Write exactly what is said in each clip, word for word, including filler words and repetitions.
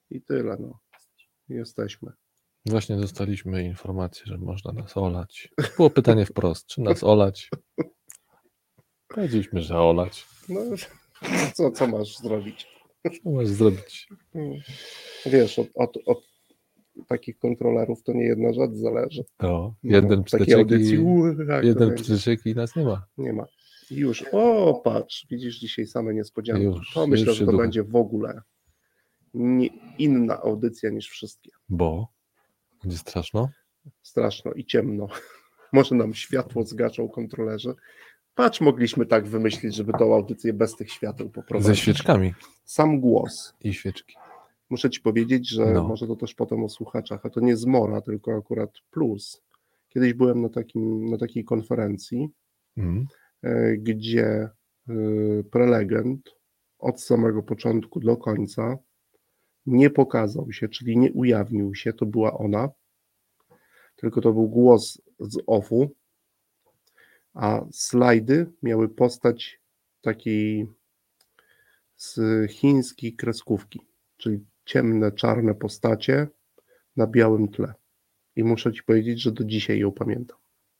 i tyle, no. Jesteśmy. Właśnie dostaliśmy informację, że można nas olać. Było pytanie wprost, czy nas olać? Powiedzieliśmy, że olać. No, co, co masz zrobić? Co masz zrobić? Wiesz, od, od, od takich kontrolerów to nie jedna rzecz zależy. No, jeden no, pstryczek i, tak, jeden pstryczek i nas nie ma. Nie ma. I już, o patrz, widzisz dzisiaj same niespodzianki. Już, to myślę, już że to duchy. będzie w ogóle nie, inna audycja niż wszystkie. Bo? Będzie straszno? Straszno i ciemno. Może nam światło zgaszą kontrolerzy. Patrz, mogliśmy tak wymyślić, żeby tą audycję bez tych świateł poprowadzić. Ze świeczkami. Sam głos. I świeczki. Muszę ci powiedzieć, że no. może to też potem o słuchaczach, a to nie zmora, tylko akurat plus. Kiedyś byłem na, takim, na takiej konferencji, mm. gdzie prelegent od samego początku do końca nie pokazał się, czyli nie ujawnił się, to była ona, tylko to był głos z offu, a slajdy miały postać takiej z chińskiej kreskówki, czyli ciemne, czarne postacie na białym tle. I muszę ci powiedzieć, że do dzisiaj ją pamiętam.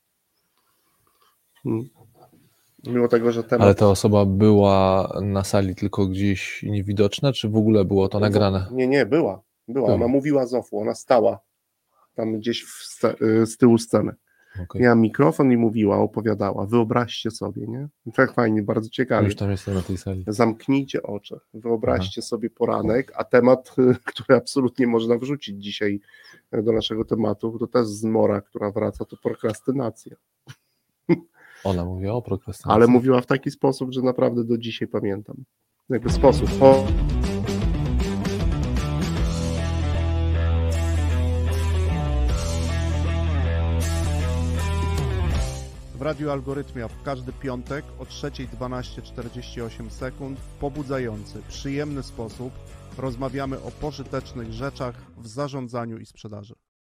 Hmm. Mimo tego, że temat... Ale ta osoba była na sali tylko gdzieś niewidoczna, czy w ogóle było to nagrane? Nie, nie, była. Była. Ona mówiła z offu, ona stała tam gdzieś w sce- z tyłu sceny. Okay. Miała mikrofon i mówiła, opowiadała. Wyobraźcie sobie, nie? Tak fajnie, bardzo ciekawie. Już tam jestem na tej sali. Zamknijcie oczy. Wyobraźcie Aha. sobie poranek, a temat, który absolutnie można wrzucić dzisiaj do naszego tematu, to też zmora, która wraca, to prokrastynacja. Ona mówiła o prokrastynacji. Ale mówiła w taki sposób, że naprawdę do dzisiaj pamiętam. Jakby sposób. O... W Radiu Algorytmia w każdy piątek o trzecia dwanaście czterdzieści osiem sekund w pobudzający, przyjemny sposób rozmawiamy o pożytecznych rzeczach w zarządzaniu i sprzedaży.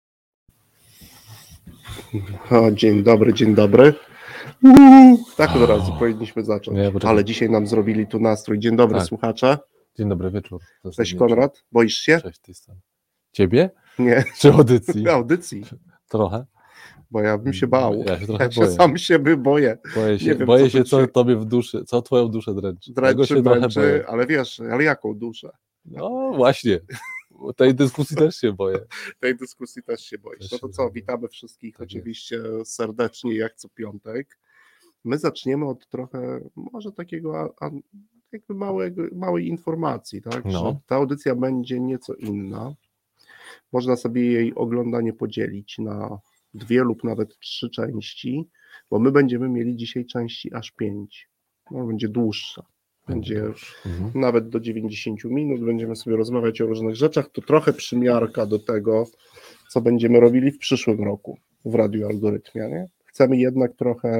O, dzień dobry, dzień dobry. Uuu, tak od razu powinniśmy zacząć. Nie, ale dzisiaj nam zrobili tu nastrój. Dzień dobry, tak. Słuchacze. Dzień dobry wieczór. Cześć Konrad, boisz się? Cześć, ty stan. Ciebie? Nie. Czy audycji? Audycji. Trochę. Bo ja bym się bał. Ja się trochę ja boję. się sam siebie boję. Boję się, nie wiem, boję co, się co się... tobie w duszy, co twoją duszę dręczy. Dręczy, się dręczy, trochę boję. Ale wiesz, ale jaką duszę? No właśnie. Tej dyskusji też się boję. Tej dyskusji też się boisz. No to co, witamy wszystkich tak oczywiście jest. serdecznie, jak co piątek. My zaczniemy od trochę, może takiego a, jakby małego, małej informacji, tak? No. Że ta audycja będzie nieco inna. Można sobie jej oglądanie podzielić na dwie lub nawet trzy części, bo my będziemy mieli dzisiaj części aż pięć. No, będzie dłuższa. Będzie mhm. nawet do dziewięćdziesiąt minut, będziemy sobie rozmawiać o różnych rzeczach, to trochę przymiarka do tego, co będziemy robili w przyszłym roku w Radiu Algorytmia, nie? Chcemy jednak trochę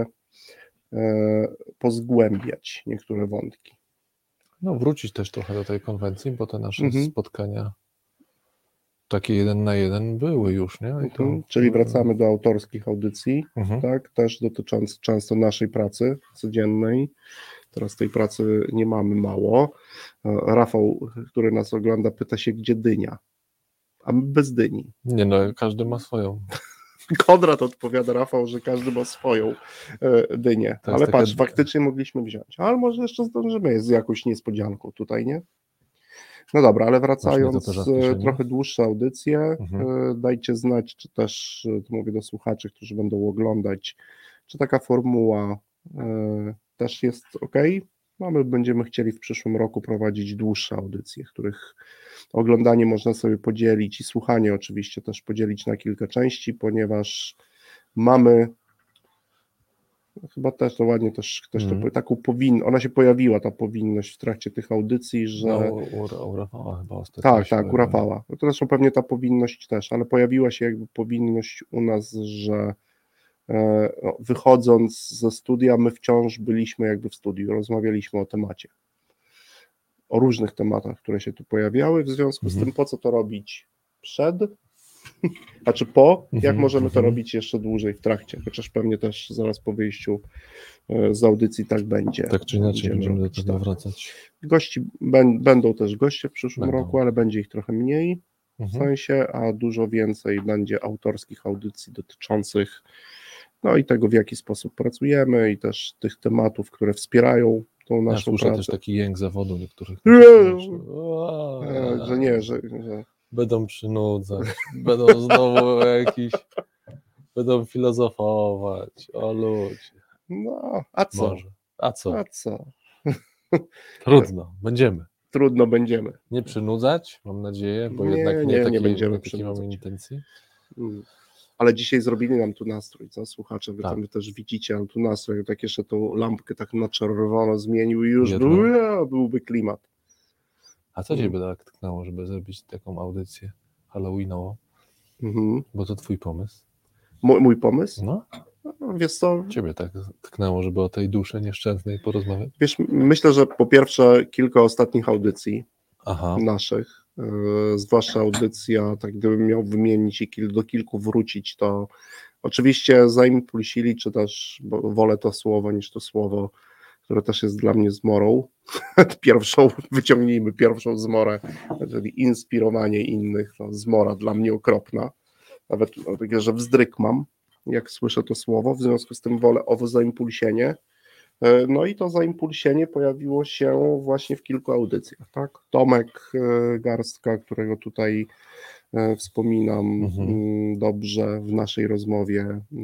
e, pozgłębiać niektóre wątki. No wrócić też trochę do tej konwencji, bo te nasze mhm. spotkania takie jeden na jeden były już, nie? I to... mhm. Czyli wracamy do autorskich audycji, mhm. tak, też dotyczących często naszej pracy codziennej. Teraz tej pracy nie mamy mało. Rafał, który nas ogląda, pyta się, gdzie dynia? A my bez dyni. Nie no, każdy ma swoją. Konrad odpowiada, Rafał, że każdy ma swoją dynię. Ale taka... patrz, faktycznie mogliśmy wziąć. Ale może jeszcze zdążymy z jakąś niespodzianką tutaj, nie? No dobra, ale wracając, trochę dłuższe audycje, mhm. dajcie znać, czy też, to mówię do słuchaczy, którzy będą oglądać, czy taka formuła też jest ok. No my będziemy chcieli w przyszłym roku prowadzić dłuższe audycje, których oglądanie można sobie podzielić i słuchanie oczywiście też podzielić na kilka części, ponieważ mamy chyba też to ładnie też ktoś mm. to taką powinność, ona się pojawiła ta powinność w trakcie tych audycji, że no, u, u Rafała chyba ostatnio. Tak, tak, u Rafała. No to zresztą pewnie ta powinność też, ale pojawiła się jakby powinność u nas, że no, wychodząc ze studia, my wciąż byliśmy jakby w studiu, rozmawialiśmy o temacie, o różnych tematach, które się tu pojawiały, w związku mhm. z tym po co to robić przed, Znaczy po, jak Mhm, możemy to mhm. robić jeszcze dłużej w trakcie, chociaż pewnie też zaraz po wyjściu e, z audycji tak będzie. Tak czy inaczej będziemy do robić, tego tak. wracać. Gości, bę- będą też goście w przyszłym Będą. roku, ale będzie ich trochę mniej w Mhm. sensie, a dużo więcej będzie autorskich audycji dotyczących no i tego, w jaki sposób pracujemy i też tych tematów, które wspierają tą Ja naszą słyszę pracę. też taki jęk zawodu niektórych. Nie, Eee, e, że nie, że, że Będą przynudzać, będą znowu jakiś, będą filozofować, o ludzie, no, a co? może. A co? A co? Trudno, będziemy. Trudno będziemy. Nie przynudzać, mam nadzieję, bo Nie, jednak nie, nie, nie takiej, będziemy nie takiej mamy przynudzać. intencji. Mm. Ale dzisiaj zrobili nam tu nastrój, co słuchacze, wy Tak. tam wy też widzicie, ale tu nastrój, tak jeszcze tą lampkę tak na czerwono zmienił i już Jedno. był, ja, byłby klimat. A co Mm. ciebie tak tknęło, żeby zrobić taką audycję halloweenową? Mhm. Bo to twój pomysł. Mój, mój pomysł? No, No, wiesz co, ciebie tak tknęło, żeby o tej duszy nieszczęsnej porozmawiać? wiesz, myślę, że po pierwsze kilka ostatnich audycji Aha, naszych, yy, zwłaszcza audycja, tak gdybym miał wymienić i kil, do kilku wrócić, to oczywiście zaimpulsili, czy też, bo wolę to słowo niż to słowo, które też jest dla mnie zmorą. Pierwszą, wyciągnijmy pierwszą zmorę, czyli inspirowanie innych, no, zmora dla mnie okropna. Nawet no, takie, że wzdryk mam, jak słyszę to słowo, w związku z tym wolę owo zaimpulsienie. No i to zaimpulsienie pojawiło się właśnie w kilku audycjach, tak? Tomek e, Garstka, którego tutaj e, wspominam Mhm. mm, dobrze w naszej rozmowie,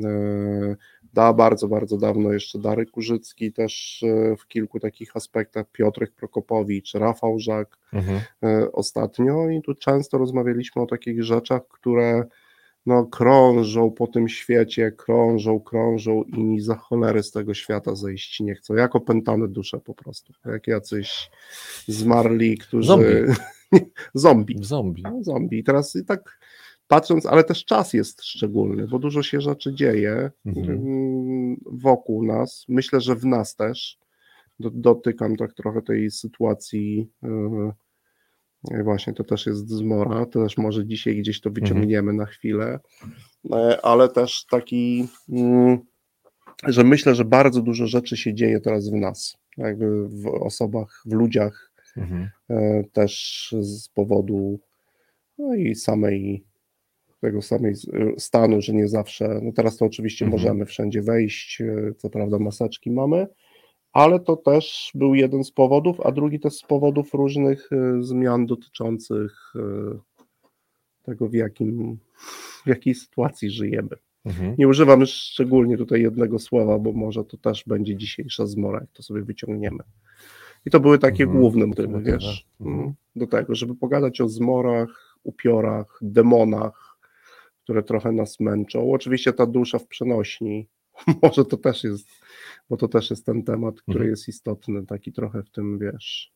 e, da bardzo, bardzo dawno jeszcze Darek Kurzycki też e, w kilku takich aspektach, Piotrek Prokopowicz, Rafał Żak mhm. e, ostatnio i tu często rozmawialiśmy o takich rzeczach, które no krążą po tym świecie, krążą, krążą i ni za cholery z tego świata zejść nie chcą, jak opętane dusze po prostu, jak jacyś zmarli, którzy... Zombie. zombie. W zombie. No, zombie. I teraz i tak patrząc, ale też czas jest szczególny, bo dużo się rzeczy dzieje Mhm. mm, wokół nas, myślę, że w nas też. Do, dotykam tak trochę tej sytuacji yy, właśnie to też jest zmora, to też może dzisiaj gdzieś to wyciągniemy na chwilę, e, ale też taki, mm, że myślę, że bardzo dużo rzeczy się dzieje teraz w nas, jakby w osobach, w ludziach, Mhm. e, też z powodu no i samej tego samej stanu, że nie zawsze, no teraz to oczywiście Mhm. możemy wszędzie wejść, e, co prawda maseczki mamy, ale to też był jeden z powodów, a drugi też z powodów różnych e, zmian dotyczących e, tego, w, jakim, w jakiej sytuacji żyjemy. Mhm. Nie używam szczególnie tutaj jednego słowa, bo może to też będzie dzisiejsza zmora, jak to sobie wyciągniemy. I to były takie Mhm. główne motywy, Motywy. wiesz, Mhm. do tego, żeby pogadać o zmorach, upiorach, demonach, które trochę nas męczą. Oczywiście ta dusza w przenośni, może to też jest, bo to też jest ten temat, który Mhm. jest istotny, taki trochę w tym, wiesz,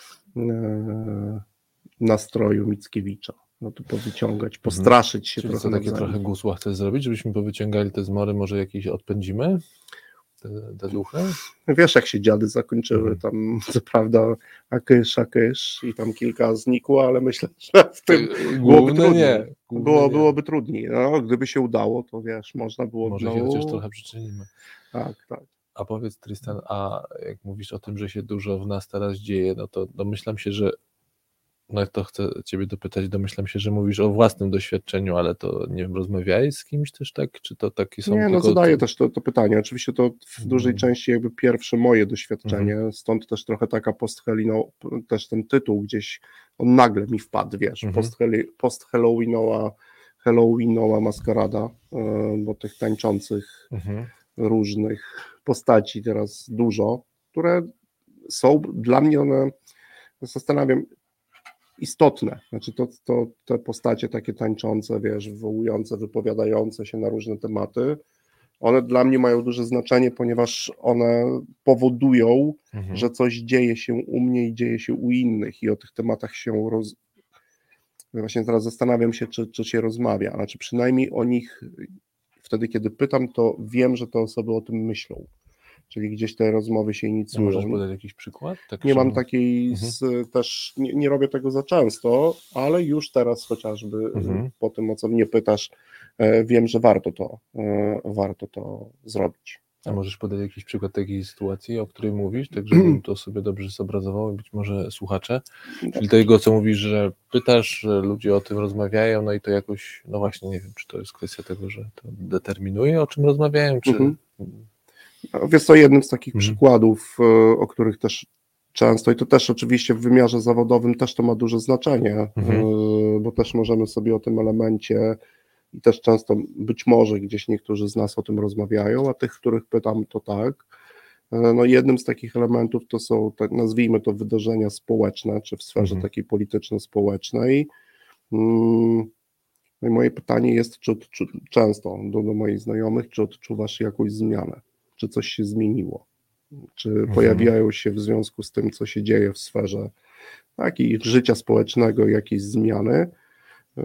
e, nastroju Mickiewicza. No to powyciągać, postraszyć się Czyli trochę co, takie nawzajem. trochę gusła chcesz zrobić, żebyśmy powyciągali te zmory, może jakieś odpędzimy? Te, te duchy? Wiesz, jak się dziady zakończyły, Mhm. tam co prawda akysz, akysz i tam kilka znikło, ale myślę, że w tym byłoby Główne trudniej. nie. Główne Było, nie. byłoby trudniej. No, gdyby się udało, to wiesz, można było... Może no, się chociaż trochę przyczynimy. Tak, tak. A powiedz, Tristan, a jak mówisz o tym, że się dużo w nas teraz dzieje, no to domyślam się, że no to chcę ciebie dopytać, domyślam się, że mówisz o własnym doświadczeniu, ale to nie wiem, rozmawiałeś z kimś też tak? Czy to takie są Nie, no tylko... zadaję też to, to pytanie. Oczywiście to w Mhm. dużej części jakby pierwsze moje doświadczenie, stąd też trochę taka post-Halloween, też ten tytuł gdzieś, on nagle mi wpadł, wiesz, Mhm. post-Halloweenowa Halloweenowa maskarada, e, bo tych tańczących Mhm. różnych postaci teraz dużo, które są dla mnie, one zastanawiam, istotne, znaczy to, to te postacie takie tańczące, wiesz, wywołujące, wypowiadające się na różne tematy, one dla mnie mają duże znaczenie, ponieważ one powodują, Mhm. że coś dzieje się u mnie i dzieje się u innych i o tych tematach się roz... Właśnie teraz zastanawiam się, czy, czy się rozmawia, znaczy przynajmniej o nich wtedy, kiedy pytam, to wiem, że te osoby o tym myślą. czyli gdzieś te rozmowy się A inicjują. możesz podać jakiś przykład? Tak Nie mam się- takiej, Mhm. z, też nie, nie robię tego za często, ale już teraz chociażby Mhm. po tym, o co mnie pytasz, e, wiem, że warto to, e, warto to zrobić. A możesz podać jakiś przykład takiej sytuacji, o której mówisz, tak żebym to sobie dobrze zobrazował i być może słuchacze, czyli tego, co mówisz, że pytasz, że ludzie o tym rozmawiają, no i to jakoś, no właśnie, nie wiem, czy to jest kwestia tego, że to determinuje, o czym rozmawiają, czy... Mhm. Wiesz co, jednym z takich Mhm. przykładów, e, o których też często, i to też oczywiście w wymiarze zawodowym też to ma duże znaczenie, Mhm. e, bo też możemy sobie o tym elemencie i też często być może gdzieś niektórzy z nas o tym rozmawiają, a tych, których pytam, to tak. E, No jednym z takich elementów to są, tak nazwijmy to, wydarzenia społeczne, czy w sferze Mhm. takiej polityczno-społecznej. Mm, No i moje pytanie jest, czy odczu, często do, do moich znajomych, czy odczuwasz jakąś zmianę? Czy coś się zmieniło? Czy Mhm. pojawiają się w związku z tym, co się dzieje w sferze takiej życia społecznego, jakieś zmiany? Yy,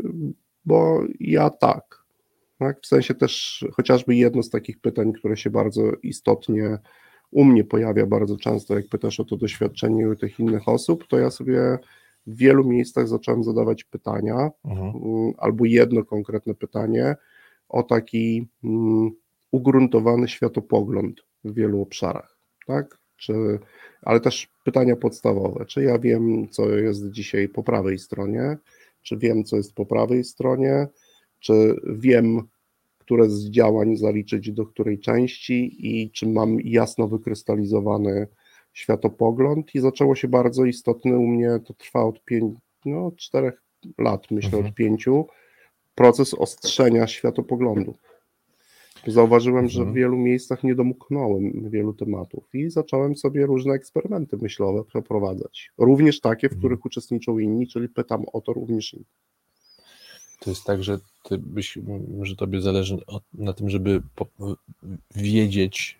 Bo ja tak. Tak? W sensie też chociażby jedno z takich pytań, które się bardzo istotnie u mnie pojawia bardzo często, jak pytasz o to doświadczenie u tych innych osób, to ja sobie w wielu miejscach zacząłem zadawać pytania, Mhm. mm, albo jedno konkretne pytanie o taki mm, ugruntowany światopogląd w wielu obszarach, tak? Czy, ale też pytania podstawowe, czy ja wiem, co jest dzisiaj po prawej stronie, czy wiem, co jest po prawej stronie, czy wiem, które z działań zaliczyć do której części i czy mam jasno wykrystalizowany światopogląd i zaczęło się bardzo istotny u mnie, to trwa od pięć, no czterech lat, myślę Mhm. od pięciu, proces ostrzenia światopoglądu. Zauważyłem, że w Mhm. wielu miejscach nie domknąłem wielu tematów i zacząłem sobie różne eksperymenty myślowe przeprowadzać. Również takie, w Mhm. których uczestniczą inni, czyli pytam o to również inni. To jest tak, że ty byś, że tobie zależy o, na tym, żeby po, wiedzieć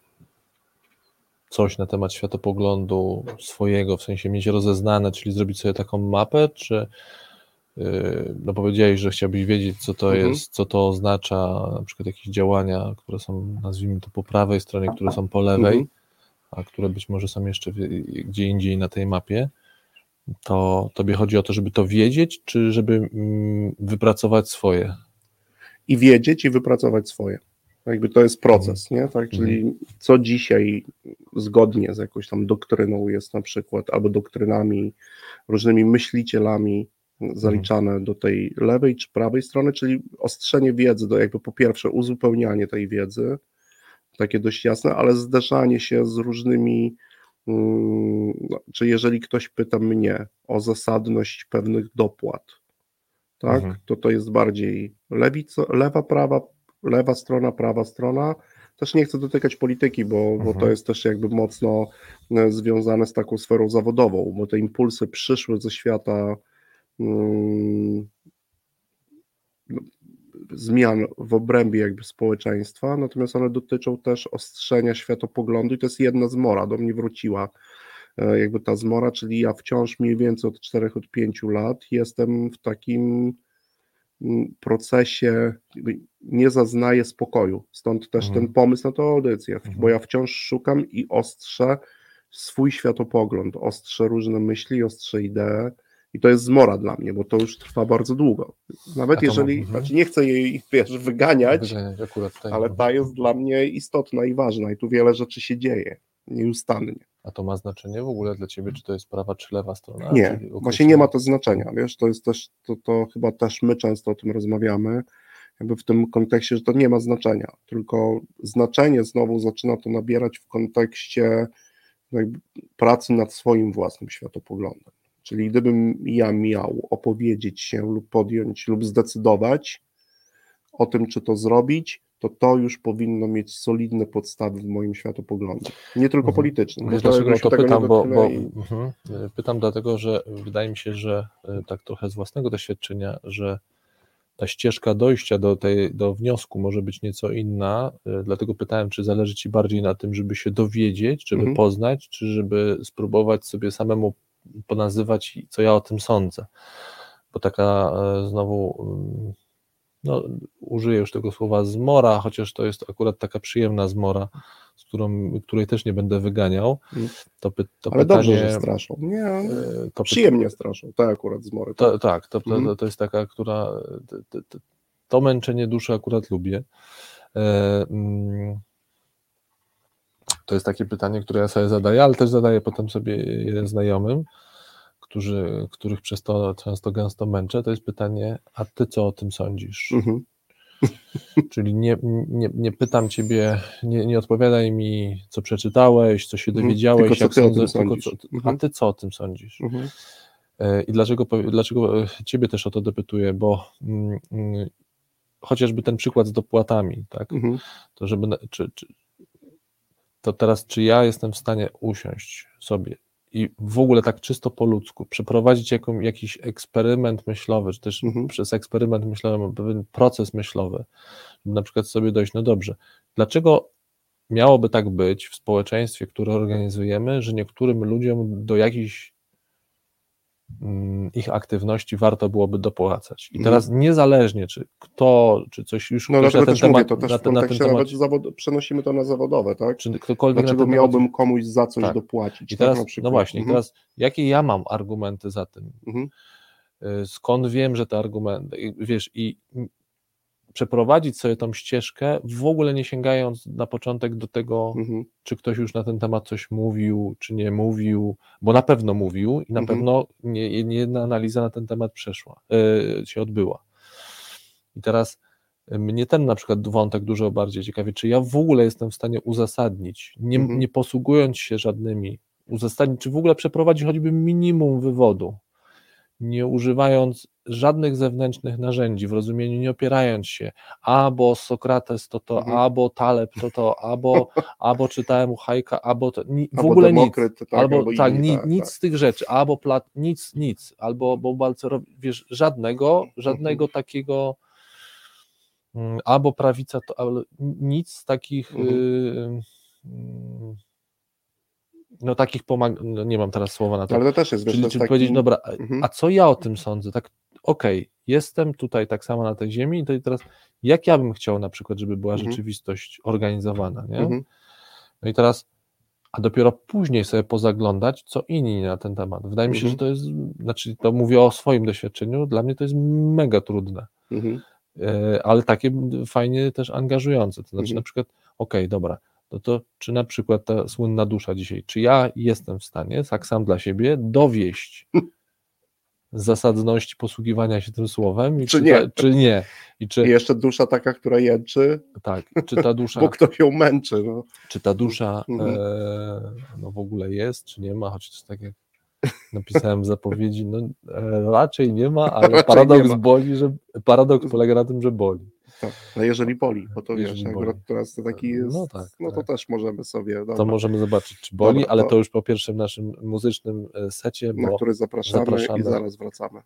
coś na temat światopoglądu swojego, w sensie mieć rozeznane, czyli zrobić sobie taką mapę, czy yy, no powiedziałeś, że chciałbyś wiedzieć, co to Mhm. jest, co to oznacza, na przykład jakieś działania, które są, nazwijmy to, po prawej stronie, które są po lewej, Mhm. a które być może są jeszcze gdzie indziej na tej mapie. To tobie chodzi o to, żeby to wiedzieć, czy żeby mm, wypracować swoje? I wiedzieć i wypracować swoje. Jakby to jest proces, nie? Tak, czyli co dzisiaj zgodnie z jakąś tam doktryną jest na przykład, albo doktrynami, różnymi myślicielami zaliczane do tej lewej czy prawej strony, czyli ostrzenie wiedzy, do jakby po pierwsze uzupełnianie tej wiedzy, takie dość jasne, ale zderzanie się z różnymi, mm, no, czy jeżeli ktoś pyta mnie o zasadność pewnych dopłat, tak, Mhm. to to jest bardziej lewica, lewa, prawa, lewa strona, prawa strona. Też nie chcę dotykać polityki, bo, bo Mhm. to jest też jakby mocno e, związane z taką sferą zawodową, bo te impulsy przyszły ze świata mm, no, zmian w obrębie jakby społeczeństwa, natomiast one dotyczą też ostrzenia światopoglądu i to jest jedna zmora, do mnie wróciła e, jakby ta zmora, czyli ja wciąż mniej więcej od czterech, od pięciu lat jestem w takim procesie, nie zaznaję spokoju. Stąd też Mhm. ten pomysł na tę audycję, Mhm. bo ja wciąż szukam i ostrzę swój światopogląd, ostrzę różne myśli, ostrzę idee i to jest zmora dla mnie, bo to już trwa bardzo długo. Nawet A to jeżeli, ma- mhm. znaczy nie chcę jej, wiesz, wyganiać, Wyganiać akurat tutaj. ale ta jest dla mnie istotna i ważna i tu wiele rzeczy się dzieje nieustannie. A to ma znaczenie w ogóle dla ciebie, czy to jest prawa, czy lewa strona? Nie, Czyli właśnie nie ma to określenie- znaczenia, wiesz, to jest też, to, to chyba też my często o tym rozmawiamy, jakby w tym kontekście, że to nie ma znaczenia, tylko znaczenie znowu zaczyna to nabierać w kontekście jakby pracy nad swoim własnym światopoglądem. Czyli gdybym ja miał opowiedzieć się lub podjąć lub zdecydować o tym, czy to zrobić, to to już powinno mieć solidne podstawy w moim światopoglądzie. Nie tylko Mhm. politycznym. Wiesz, bo dlaczego to, się o to tego pytam, nie bo, dotknę bo i- mhm. pytam dlatego, że wydaje mi się, że y, tak trochę z własnego doświadczenia, że ta ścieżka dojścia do, tej, do wniosku może być nieco inna, y, dlatego pytałem, czy zależy ci bardziej na tym, żeby się dowiedzieć, żeby Mhm. poznać, czy żeby spróbować sobie samemu ponazywać, co ja o tym sądzę. Bo taka y, znowu no użyję już tego słowa zmora, chociaż to jest akurat taka przyjemna zmora, z którą, której też nie będę wyganiał. To, py, to Ale pytanie, dobrze, że straszą. Nie, to przyjemnie py... straszą, to akurat zmory. To, tak, tak to, to, mhm. to, to jest taka, która to, to, to męczenie duszy akurat lubię. E, mm, to jest takie pytanie, które ja sobie zadaję, ale też zadaję potem sobie jeden znajomym, którzy, których przez to często gęsto męczę, to jest pytanie, a ty co o tym sądzisz? Mhm. Czyli nie, nie, nie pytam ciebie, nie, nie odpowiadaj mi, co przeczytałeś, co się dowiedziałeś, tylko co jak ty sądzę, o tym tylko sądzisz. co, a ty co o tym sądzisz? Mhm. I dlaczego, dlaczego ciebie też o to dopytuję, bo mm, chociażby ten przykład z dopłatami, tak, mhm. to żeby, czy, czy, to teraz, czy ja jestem w stanie usiąść sobie i w ogóle tak czysto po ludzku przeprowadzić jaką, jakiś eksperyment myślowy, czy też mhm. przez eksperyment myślowy pewien proces myślowy, żeby na przykład sobie dojść, no dobrze, dlaczego miałoby tak być w społeczeństwie, które organizujemy, że niektórym ludziom do jakichś mm, ich aktywności warto byłoby dopłacać. I teraz mhm. niezależnie, czy kto, czy coś już no ktoś na ten też temat... Mówię, to też na, w kontekście na ten nawet zawod, przenosimy to na zawodowe, tak? Czy ktokolwiek Dlaczego na ten miałbym temat... komuś za coś tak. dopłacić? I teraz, tak, na przykład. No właśnie, mhm. i teraz jakie ja mam argumenty za tym? Mhm. Skąd wiem, że te argumenty... Wiesz, i przeprowadzić sobie tą ścieżkę, w ogóle nie sięgając na początek do tego, mhm. czy ktoś już na ten temat coś mówił, czy nie mówił, bo na pewno mówił i na mhm. pewno nie, nie jedna analiza na ten temat przeszła, yy, się odbyła. I teraz mnie ten na przykład wątek dużo bardziej ciekawi, czy ja w ogóle jestem w stanie uzasadnić, nie, mhm. nie posługując się żadnymi, uzasadnić, czy w ogóle przeprowadzić choćby minimum wywodu, nie używając żadnych zewnętrznych narzędzi, w rozumieniu nie opierając się, albo Sokrates to to, mhm. albo Taleb to to, albo, albo czytałem u Hayeka, albo to, ni, w albo ogóle nic, tak, albo, albo tak, inni, ni, tak, nic tak. z tych rzeczy, albo Plat, nic, nic, albo bo Balcerowi, wiesz, żadnego, żadnego mhm. takiego, albo prawica to, albo nic z takich mhm. y, y, no takich pomag... no nie mam teraz słowa na to. Ale to też jest, czyli, wiesz, czyli taki... powiedzieć, dobra, mhm. a co ja o tym sądzę? Tak, okej, okay, jestem tutaj tak samo na tej ziemi i to teraz, jak ja bym chciał na przykład, żeby była mhm. rzeczywistość organizowana, nie? Mhm. No i teraz, a dopiero później sobie pozaglądać, co inni na ten temat. Wydaje mi się, mhm. że to jest, znaczy to mówię o swoim doświadczeniu, dla mnie to jest mega trudne, mhm. e, ale takie fajnie też angażujące, to znaczy mhm. na przykład, okej, okay, dobra, no to czy na przykład ta słynna dusza dzisiaj, czy ja jestem w stanie, tak sam dla siebie, dowieść zasadności posługiwania się tym słowem, i czy, czy, nie. Ta, czy nie. I, czy, I jeszcze dusza taka, która jęczy, tak, czy ta dusza, bo ktoś ją męczy. No. Czy ta dusza mhm. e, no w ogóle jest, czy nie ma, choć tak jak napisałem w zapowiedzi, no e, raczej nie ma, ale paradoks ma. boli, że paradoks polega na tym, że boli. Tak, ale jeżeli boli, bo to jeżeli wiesz, boli. akurat teraz to taki jest, no, tak, no to tak. też możemy sobie... Dobra. To możemy zobaczyć, czy boli, dobra, ale to... to już po pierwszym naszym muzycznym secie, na bo który zapraszamy, zapraszamy i zaraz wracamy.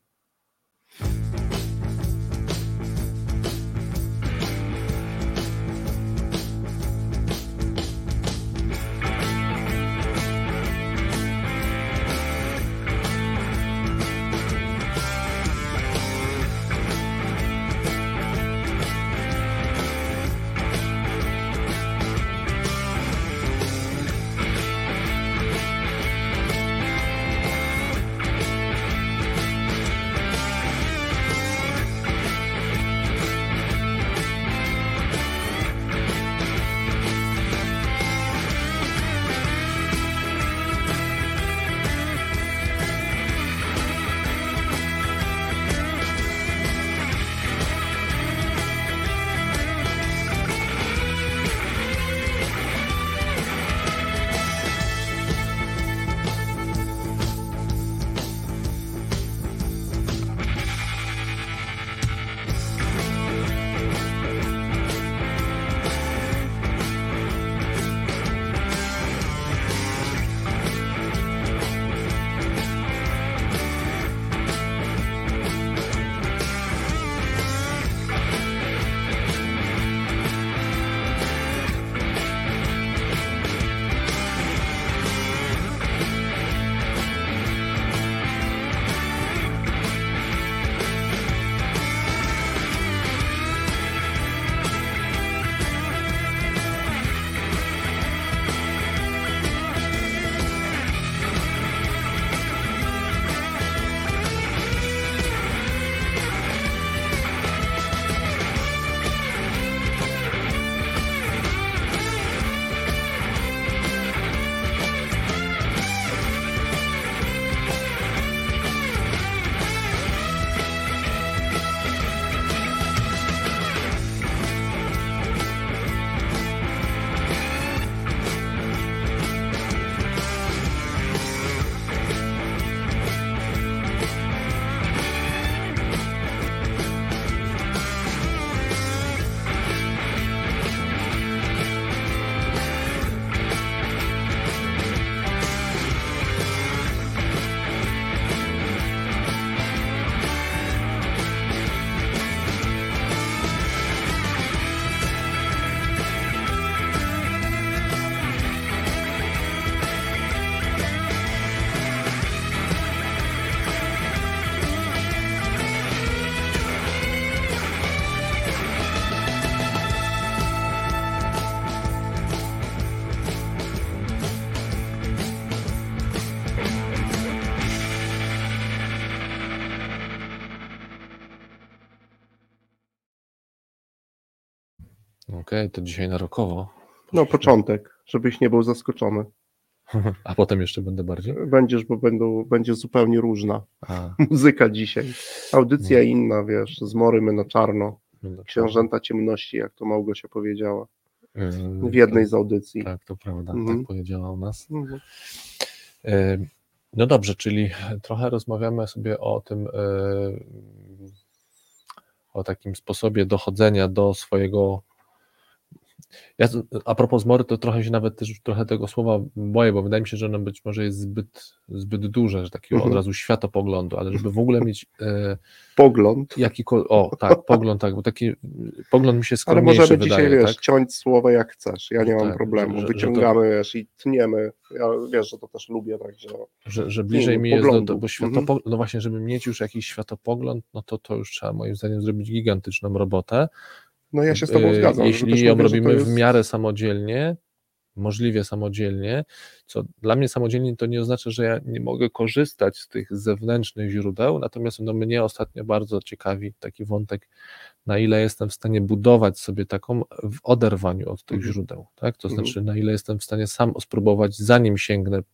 Okej, okay, to dzisiaj na rokowo. No początek, żebyś nie był zaskoczony. A potem jeszcze będę bardziej? Będziesz, bo będą, będzie zupełnie różna A. muzyka dzisiaj. Audycja no. inna, wiesz, zmory my na czarno. No, Książęta ciemności, jak to Małgosia powiedziała w jednej z audycji. Tak, to prawda, mhm. tak powiedziała u nas. Mhm. No dobrze, czyli trochę rozmawiamy sobie o tym, o takim sposobie dochodzenia do swojego. Ja a propos zmory, to trochę się nawet też trochę tego słowa boję, bo wydaje mi się, że ono być może jest zbyt, zbyt duże, że takiego mhm. od razu światopoglądu, ale żeby w ogóle mieć e, pogląd. Jakikolwiek, o tak, pogląd, tak, bo taki pogląd mi się skromniejszy wydaje. Ale możemy wydaje, dzisiaj, wiesz, tak? ciąć słowa jak chcesz, ja nie mam tak, problemu, że, wyciągamy, że to, wiesz, i tniemy, ja wiesz, że to też lubię, także... Że, że bliżej mi jest do, do, bo światopogląd, mhm. no właśnie, żeby mieć już jakiś światopogląd, no to to już trzeba moim zdaniem zrobić gigantyczną robotę. No ja się z tobą zgadzam. Jeśli ją mówię, robimy jest... w miarę samodzielnie, możliwie samodzielnie, co dla mnie samodzielnie to nie oznacza, że ja nie mogę korzystać z tych zewnętrznych źródeł, natomiast no, mnie ostatnio bardzo ciekawi taki wątek, na ile jestem w stanie budować sobie taką w oderwaniu od tych mhm. źródeł, tak? To mhm. znaczy na ile jestem w stanie sam spróbować, zanim sięgnę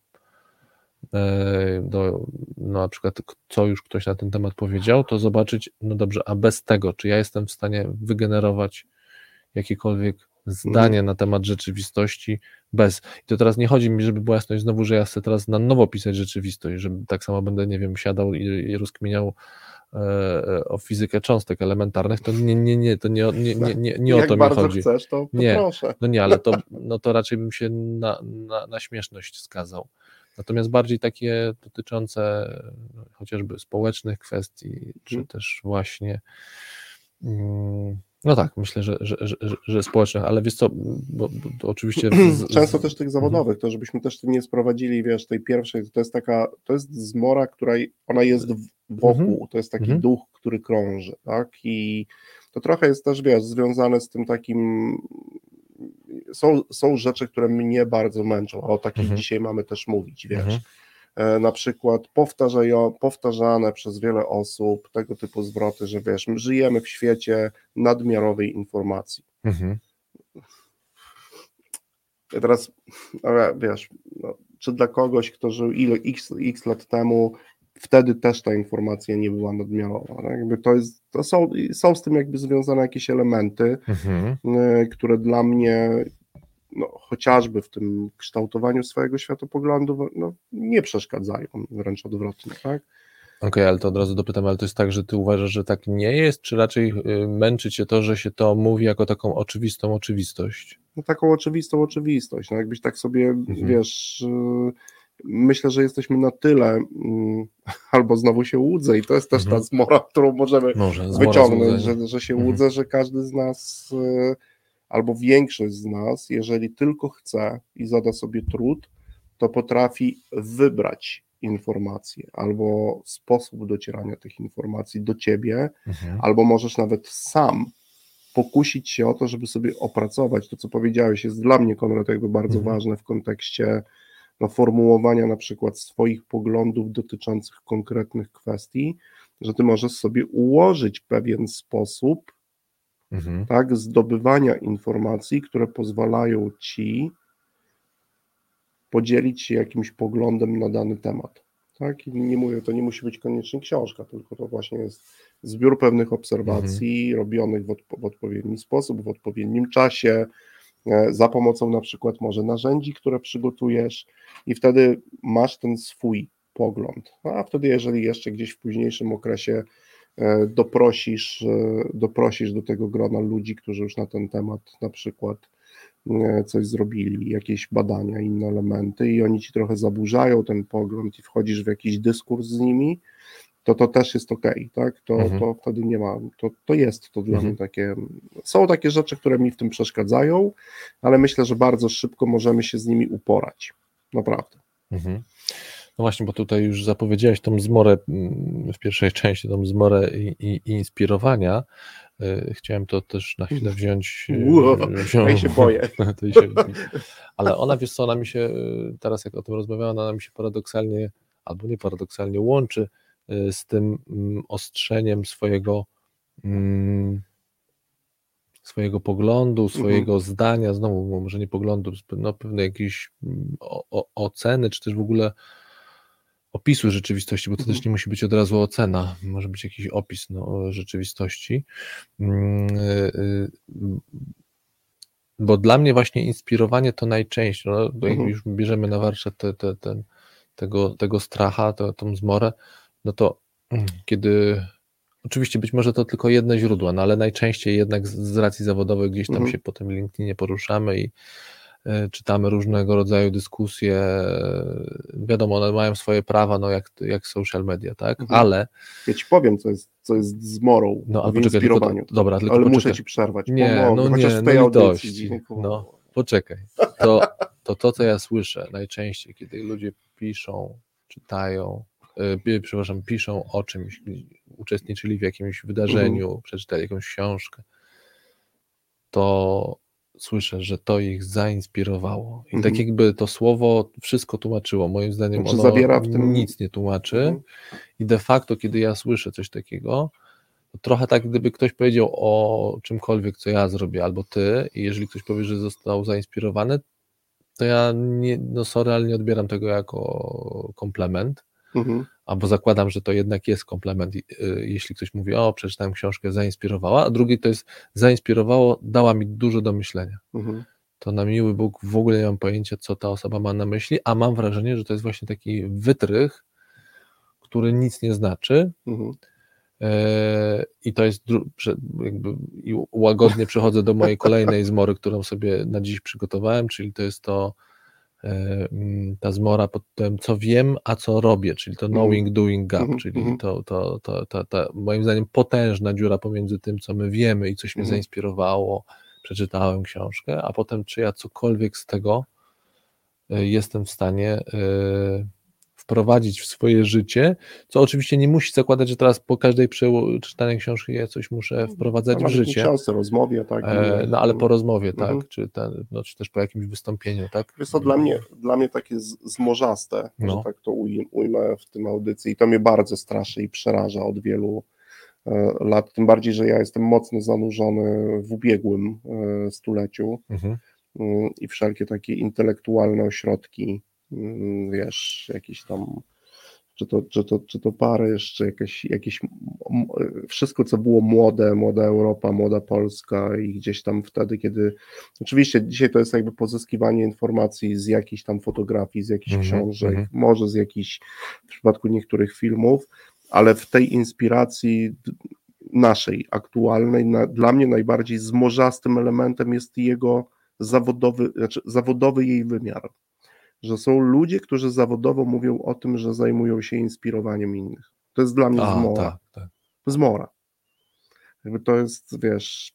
do, no na przykład co już ktoś na ten temat powiedział, to zobaczyć, no dobrze, a bez tego, czy ja jestem w stanie wygenerować jakiekolwiek zdanie mm. na temat rzeczywistości bez. I to teraz nie chodzi mi, żeby była jasność znowu, że ja chcę teraz na nowo pisać rzeczywistość, że tak samo będę, nie wiem, siadał i, i rozkminiał e, o fizykę cząstek elementarnych, to nie, nie, nie, to nie, nie, nie, nie, nie o to mi chodzi. Jak bardzo chcesz, to nie, proszę. No nie, ale to, no to raczej bym się na, na, na śmieszność skazał. Natomiast bardziej takie dotyczące no, chociażby społecznych kwestii, hmm. czy też właśnie mm, no tak, myślę, że, że, że, że społecznych, ale wiesz co, bo, bo to oczywiście... Z, Często też tych zawodowych, to żebyśmy też nie sprowadzili, wiesz, tej pierwszej, to jest taka, to jest zmora, która, ona jest wokół, to jest taki mhm. duch, który krąży, tak, i to trochę jest też, wiesz, związane z tym takim, są, są rzeczy, które mnie bardzo męczą, a o takich mhm. dzisiaj mamy też mówić, wiesz, mhm. na przykład powtarzają, powtarzane przez wiele osób tego typu zwroty, że wiesz, my żyjemy w świecie nadmiarowej informacji. Mhm. I teraz, wiesz, no, czy dla kogoś, kto żył ile, x, x lat temu, wtedy też ta informacja nie była nadmiarowa. Tak? Jakby to jest, to są, są z tym jakby związane jakieś elementy, mhm. które dla mnie no, chociażby w tym kształtowaniu swojego światopoglądu no, nie przeszkadzają, wręcz odwrotnie, tak? Okej, okay, ale to od razu dopytam, ale to jest tak, że ty uważasz, że tak nie jest, czy raczej męczy cię to, że się to mówi jako taką oczywistą oczywistość? No taką oczywistą oczywistość, no jakbyś tak sobie, mhm. wiesz, myślę, że jesteśmy na tyle, albo znowu się łudzę i to jest też mhm. ta zmora, którą możemy Może, wyciągnąć, że, że się mhm. łudzę, że każdy z nas albo większość z nas, jeżeli tylko chce i zada sobie trud, to potrafi wybrać informacje albo sposób docierania tych informacji do ciebie, mhm. albo możesz nawet sam pokusić się o to, żeby sobie opracować to, co powiedziałeś, jest dla mnie, Konrad, jakby bardzo mhm. ważne w kontekście no, formułowania na przykład swoich poglądów dotyczących konkretnych kwestii, że ty możesz sobie ułożyć pewien sposób Mhm. tak, zdobywania informacji, które pozwalają ci podzielić się jakimś poglądem na dany temat. Tak? I nie mówię, to nie musi być koniecznie książka, tylko to właśnie jest zbiór pewnych obserwacji mhm. robionych w, odpo- w odpowiedni sposób, w odpowiednim czasie, e, za pomocą na przykład może narzędzi, które przygotujesz i wtedy masz ten swój pogląd. A wtedy, jeżeli jeszcze gdzieś w późniejszym okresie doprosisz, doprosisz do tego grona ludzi, którzy już na ten temat na przykład coś zrobili, jakieś badania, inne elementy i oni ci trochę zaburzają ten pogląd i wchodzisz w jakiś dyskurs z nimi, to to też jest okej, tak? To, mhm. to wtedy nie ma, to, to jest to dla mhm. mnie takie, są takie rzeczy, które mi w tym przeszkadzają, ale myślę, że bardzo szybko możemy się z nimi uporać, naprawdę. Mhm. No właśnie, bo tutaj już zapowiedziałeś tą zmorę w pierwszej części, tą zmorę i, i, i inspirowania. Chciałem to też na chwilę wziąć. Wow, wziąć, ja się boję. się, ale ona, wiesz co, ona mi się teraz, jak o tym rozmawiała, ona mi się paradoksalnie, albo nie paradoksalnie łączy z tym ostrzeniem swojego swojego poglądu, swojego mhm. zdania, znowu może nie poglądu, no pewnej jakiejś o, o, oceny, czy też w ogóle opisu rzeczywistości, bo to mhm. też nie musi być od razu ocena, może być jakiś opis no, rzeczywistości. Bo dla mnie właśnie inspirowanie to najczęściej, no, jak mhm. już bierzemy na warsztat te, te, ten, tego, tego stracha, to, tą zmorę, no to kiedy, oczywiście być może to tylko jedne źródła, no ale najczęściej jednak z, z racji zawodowej gdzieś tam mhm. się po tym LinkedInie poruszamy i y, czytamy różnego rodzaju dyskusje, wiadomo, one mają swoje prawa, no jak, jak social media, tak, mhm. ale... Ja ci powiem, co jest, co jest zmorą no, w poczekaj, inspirowaniu, tylko to, dobra, tylko ale poczekaj. muszę ci przerwać, nie, pomogę, no chociaż nie, w tej no audycji. litości, no, poczekaj, to, to to, co ja słyszę najczęściej, kiedy ludzie piszą, czytają, yy, przepraszam, piszą o czymś, uczestniczyli w jakimś wydarzeniu, mhm. przeczytali jakąś książkę, to słyszę, że to ich zainspirowało. I mhm. tak jakby to słowo wszystko tłumaczyło. Moim zdaniem znaczy, ono zawiera w tym... nic nie tłumaczy. Mhm. I de facto, kiedy ja słyszę coś takiego, to trochę tak, gdyby ktoś powiedział o czymkolwiek, co ja zrobię, albo ty, i jeżeli ktoś powie, że został zainspirowany, to ja nie, no sorry, ale nie odbieram tego jako komplement, mhm. albo zakładam, że to jednak jest komplement, jeśli ktoś mówi, o, przeczytałem książkę, zainspirowała, a drugi to jest zainspirowało, dała mi dużo do myślenia. Mhm. To na miły Bóg w ogóle nie mam pojęcia, co ta osoba ma na myśli, a mam wrażenie, że to jest właśnie taki wytrych, który nic nie znaczy. Mhm. I to jest, jakby i łagodnie przechodzę do mojej kolejnej zmory, którą sobie na dziś przygotowałem, czyli to jest to ta zmora pod tym, co wiem, a co robię, czyli to knowing, doing gap, mm-hmm. czyli to, to, to, to, to moim zdaniem potężna dziura pomiędzy tym, co my wiemy i coś mnie mm-hmm. zainspirowało, przeczytałem książkę, a potem czy ja cokolwiek z tego jestem w stanie wprowadzić w swoje życie, co oczywiście nie musi zakładać, że teraz po każdej przeczytanej książki ja coś muszę wprowadzać w życie. W książce, rozmowie, tak. E, no ale po rozmowie, tak, mhm. czy, ten, no, czy też po jakimś wystąpieniu, tak. Jest to dla mnie, dla mnie takie zmorzaste, no. że tak to ujmę w tym audycji i to mnie bardzo straszy i przeraża od wielu e, lat, tym bardziej, że ja jestem mocno zanurzony w ubiegłym e, stuleciu mhm. y, i wszelkie takie intelektualne ośrodki, wiesz, jakieś tam, czy to, czy to, czy to Paryż, czy jakieś, jakieś, wszystko co było młode, młoda Europa, młoda Polska i gdzieś tam wtedy, kiedy, oczywiście dzisiaj to jest jakby pozyskiwanie informacji z jakichś tam fotografii, z jakichś mm-hmm, książek, mm-hmm. może z jakichś, w przypadku niektórych filmów, ale w tej inspiracji naszej, aktualnej, na, dla mnie najbardziej zmorzastym elementem jest jego zawodowy, znaczy zawodowy jej wymiar. Że są ludzie, którzy zawodowo mówią o tym, że zajmują się inspirowaniem innych. To jest dla mnie A, zmora. Tak, tak. Zmora. Jakby to jest, wiesz,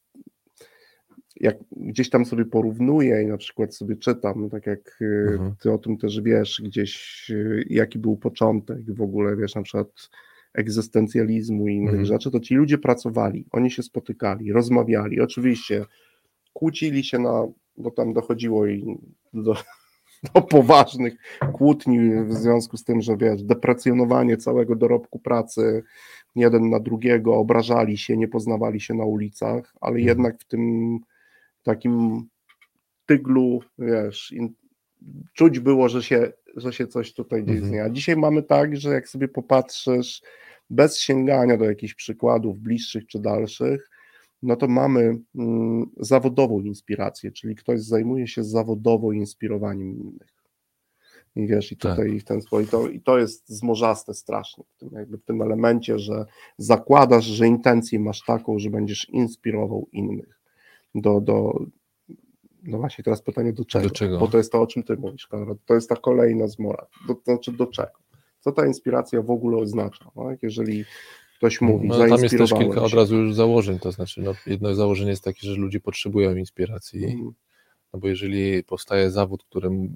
jak gdzieś tam sobie porównuję i na przykład sobie czytam, tak jak mhm. ty o tym też wiesz, gdzieś jaki był początek w ogóle, wiesz, na przykład egzystencjalizmu i innych mhm. rzeczy, to ci ludzie pracowali, oni się spotykali, rozmawiali, oczywiście kłócili się na, bo tam dochodziło i do do poważnych kłótni w związku z tym, że wiesz, deprecjonowanie całego dorobku pracy jeden na drugiego, obrażali się, nie poznawali się na ulicach, ale mhm. jednak w tym takim tyglu, wiesz, in, czuć było, że się, że się coś tutaj dzieje. Mhm. A dzisiaj mamy tak, że jak sobie popatrzysz, bez sięgania do jakichś przykładów bliższych czy dalszych, no to mamy mm, zawodową inspirację, czyli ktoś zajmuje się zawodowo inspirowaniem innych. I wiesz, i tutaj tak. w ten sposób, i to, i to jest zmorzaste strasznie, w tym, jakby w tym elemencie, że zakładasz, że intencję masz taką, że będziesz inspirował innych do, do no właśnie teraz pytanie do czego? do czego? Bo to jest to, o czym ty mówisz, Konrad, to jest ta kolejna zmora, do, to znaczy do czego? Co ta inspiracja w ogóle oznacza? No? Jeżeli ktoś mówi, no, tam jest też kilka od razu już założeń, to znaczy no, jedno założenie jest takie, że ludzie potrzebują inspiracji, mm. no bo jeżeli powstaje zawód, którym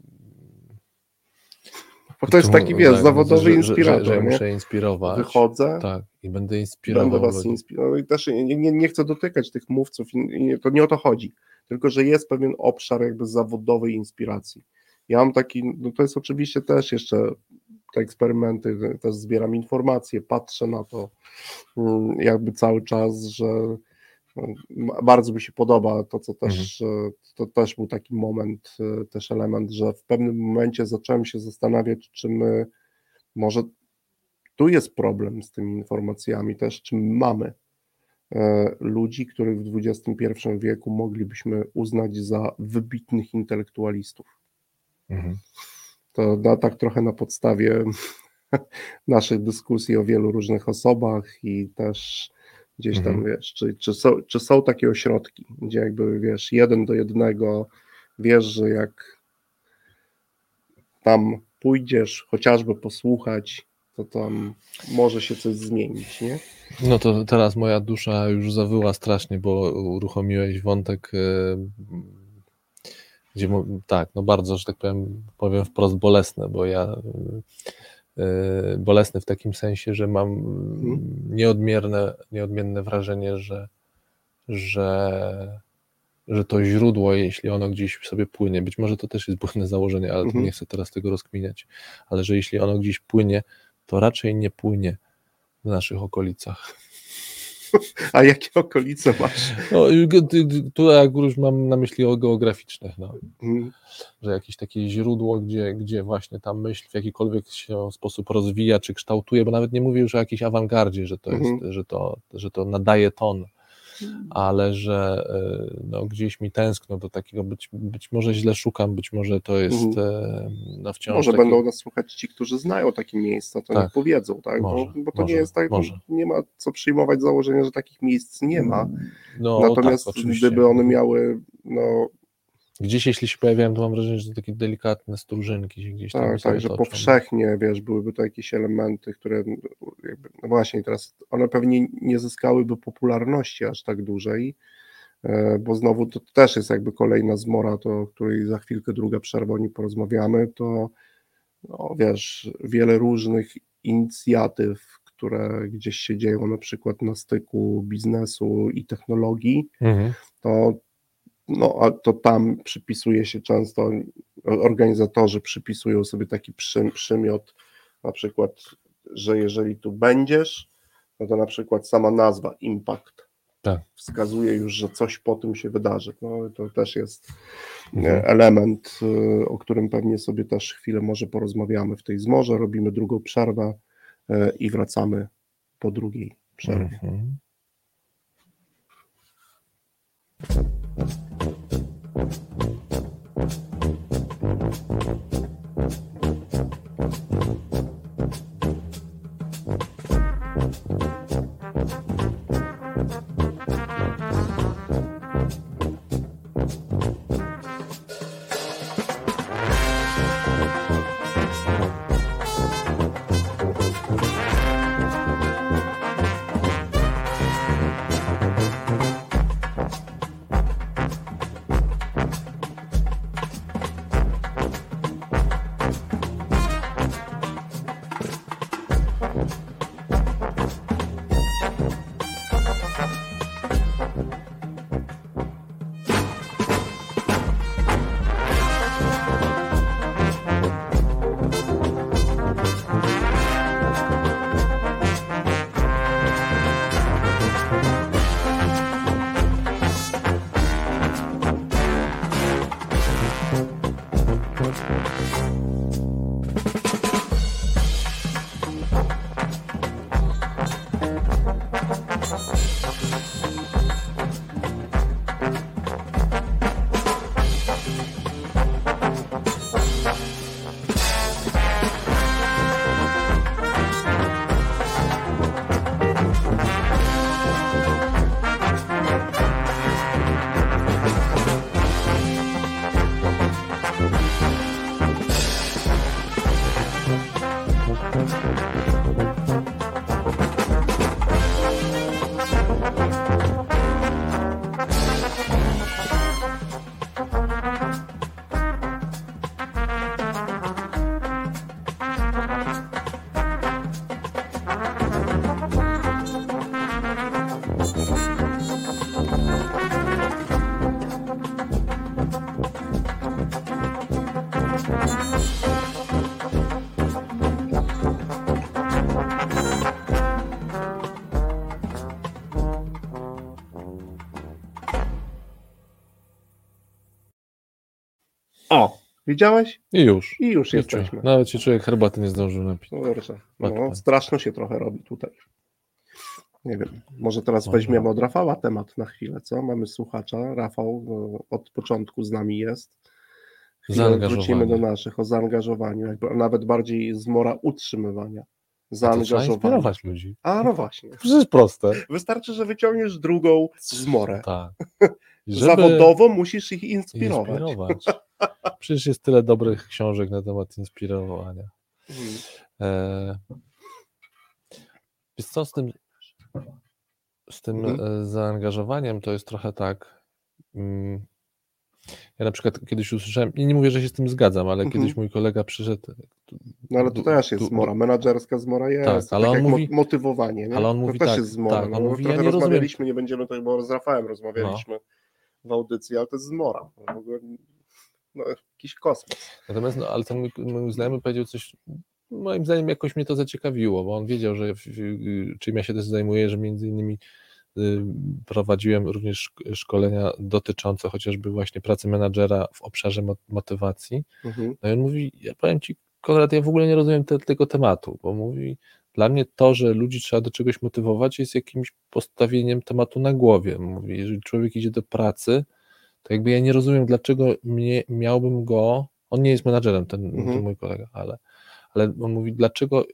bo to jest taki, wiesz, zawodowy że, inspirator, że, że nie? muszę inspirować. Wychodzę. Tak, i będę inspirował. Będę was inspirował. I też nie, nie, nie chcę dotykać tych mówców, i nie, to nie o to chodzi, tylko że jest pewien obszar jakby zawodowej inspiracji. Ja mam taki, no to jest oczywiście też jeszcze te eksperymenty, też zbieram informacje, patrzę na to jakby cały czas, że Bardzo mi się podoba to, co też, mhm. to też był taki moment, też element, że w pewnym momencie zacząłem się zastanawiać, czy my, może tu jest problem z tymi informacjami też, czy mamy ludzi, których w dwudziestym pierwszym wieku moglibyśmy uznać za wybitnych intelektualistów. Mhm. To na, tak trochę na podstawie naszych dyskusji o wielu różnych osobach i też gdzieś tam, mhm. wiesz, czy, czy, są, czy są takie ośrodki, gdzie jakby, wiesz, jeden do jednego wiesz, że jak tam pójdziesz chociażby posłuchać, to tam może się coś zmienić, nie? No to teraz moja dusza już zawyła strasznie, bo uruchomiłeś wątek, gdzie tak, no bardzo, że tak powiem, powiem wprost bolesne, bo ja bolesny w takim sensie, że mam nieodmierne, nieodmienne wrażenie, że, że, że to źródło, jeśli ono gdzieś sobie płynie, być może to też jest błędne założenie, ale mhm. nie chcę teraz tego rozkminiać, ale że jeśli ono gdzieś płynie, to raczej nie płynie w naszych okolicach. A jakie okolice masz? No, tu jak już mam na myśli o geograficznych, no. hmm. że jakieś takie źródło, gdzie, gdzie właśnie ta myśl w jakikolwiek się sposób rozwija, czy kształtuje, bo nawet nie mówię już o jakiejś awangardzie, że to, jest, hmm. że to, że to nadaje ton, ale że no, gdzieś mi tęskno do takiego, być, być może źle szukam, być może to jest mhm. no, wciąż może taki... będą nas słuchać ci, którzy znają takie miejsca, to tak. niech powiedzą, tak? Może, bo, bo to może, nie jest tak, może. nie ma co przyjmować założenia, że takich miejsc nie ma, no, natomiast tak, gdyby one miały no, gdzieś jeśli się pojawiają, to mam wrażenie, że to takie delikatne stróżynki się gdzieś tam tak, tak, że toczą. Powszechnie, wiesz, byłyby to jakieś elementy, które jakby, no właśnie teraz one pewnie nie zyskałyby popularności aż tak dużej, bo znowu to też jest jakby kolejna zmora, to, o której za chwilkę druga przerwa, o niej porozmawiamy, to no, wiesz, wiele różnych inicjatyw, które gdzieś się dzieją na przykład na styku biznesu i technologii, mhm. to no, a to tam przypisuje się często, organizatorzy przypisują sobie taki przy, przymiot, na przykład, że jeżeli tu będziesz, no to na przykład sama nazwa Impact tak. wskazuje już, że coś po tym się wydarzy. No, to też jest mhm. element, o którym pewnie sobie też chwilę może porozmawiamy w tej zmorze, robimy drugą przerwę i wracamy po drugiej przerwie. Mhm. Widziałeś? I już. I już I jesteśmy. Nawet się człowiek herbaty nie zdążył napić. Kurczę, Patrz, no, patrz. straszno się trochę robi tutaj. Nie wiem, może teraz Może. weźmiemy od Rafała temat na chwilę, co? Mamy słuchacza, Rafał no, od początku z nami jest. Chwilę Zaangażowanie. wrócimy do naszych, o zaangażowaniu, jakby, a nawet bardziej zmora utrzymywania. A to trzeba Zaangażowania. inspirować ludzi. A no właśnie. Przecież proste. Wystarczy, że wyciągniesz drugą zmorę. Tak. I żeby Zawodowo musisz ich inspirować. inspirować. Przecież jest tyle dobrych książek na temat inspirowania. Mhm. E... Wiesz co, z tym, z tym Mhm. e, zaangażowaniem to jest trochę tak. Mm, ja na przykład kiedyś usłyszałem, i nie mówię, że się z tym zgadzam, ale Mhm. kiedyś mój kolega przyszedł. No ale to du- też jest du- zmora, menadżerska zmora jest, Tak, to ale on jak mówi- mo- motywowanie, nie? ale on to mówi też tak, jest zmora, tak, no, on mówi, trochę ja nie rozumiem- rozmawialiśmy, nie będziemy tutaj, bo z Rafałem rozmawialiśmy w audycji, ale to jest zmora, no, w ogóle, no, jakiś kosmos. Natomiast, no, ale ten mój, mój znajomy powiedział coś, moim zdaniem jakoś mnie to zaciekawiło, bo on wiedział, że w, w, czym ja się też zajmuję, że między innymi y, prowadziłem również szk- szkolenia dotyczące chociażby właśnie pracy menadżera w obszarze mo- motywacji. Mhm. No i on mówi, ja powiem Ci, Konrad, ja w ogóle nie rozumiem te, tego tematu, bo mówi, dla mnie to, że ludzi trzeba do czegoś motywować, jest jakimś postawieniem tematu na głowie. Mówi, jeżeli człowiek idzie do pracy, to jakby ja nie rozumiem, dlaczego mnie, miałbym go, on nie jest menadżerem, ten, Mhm. ten mój kolega, ale, ale on mówi, dlaczego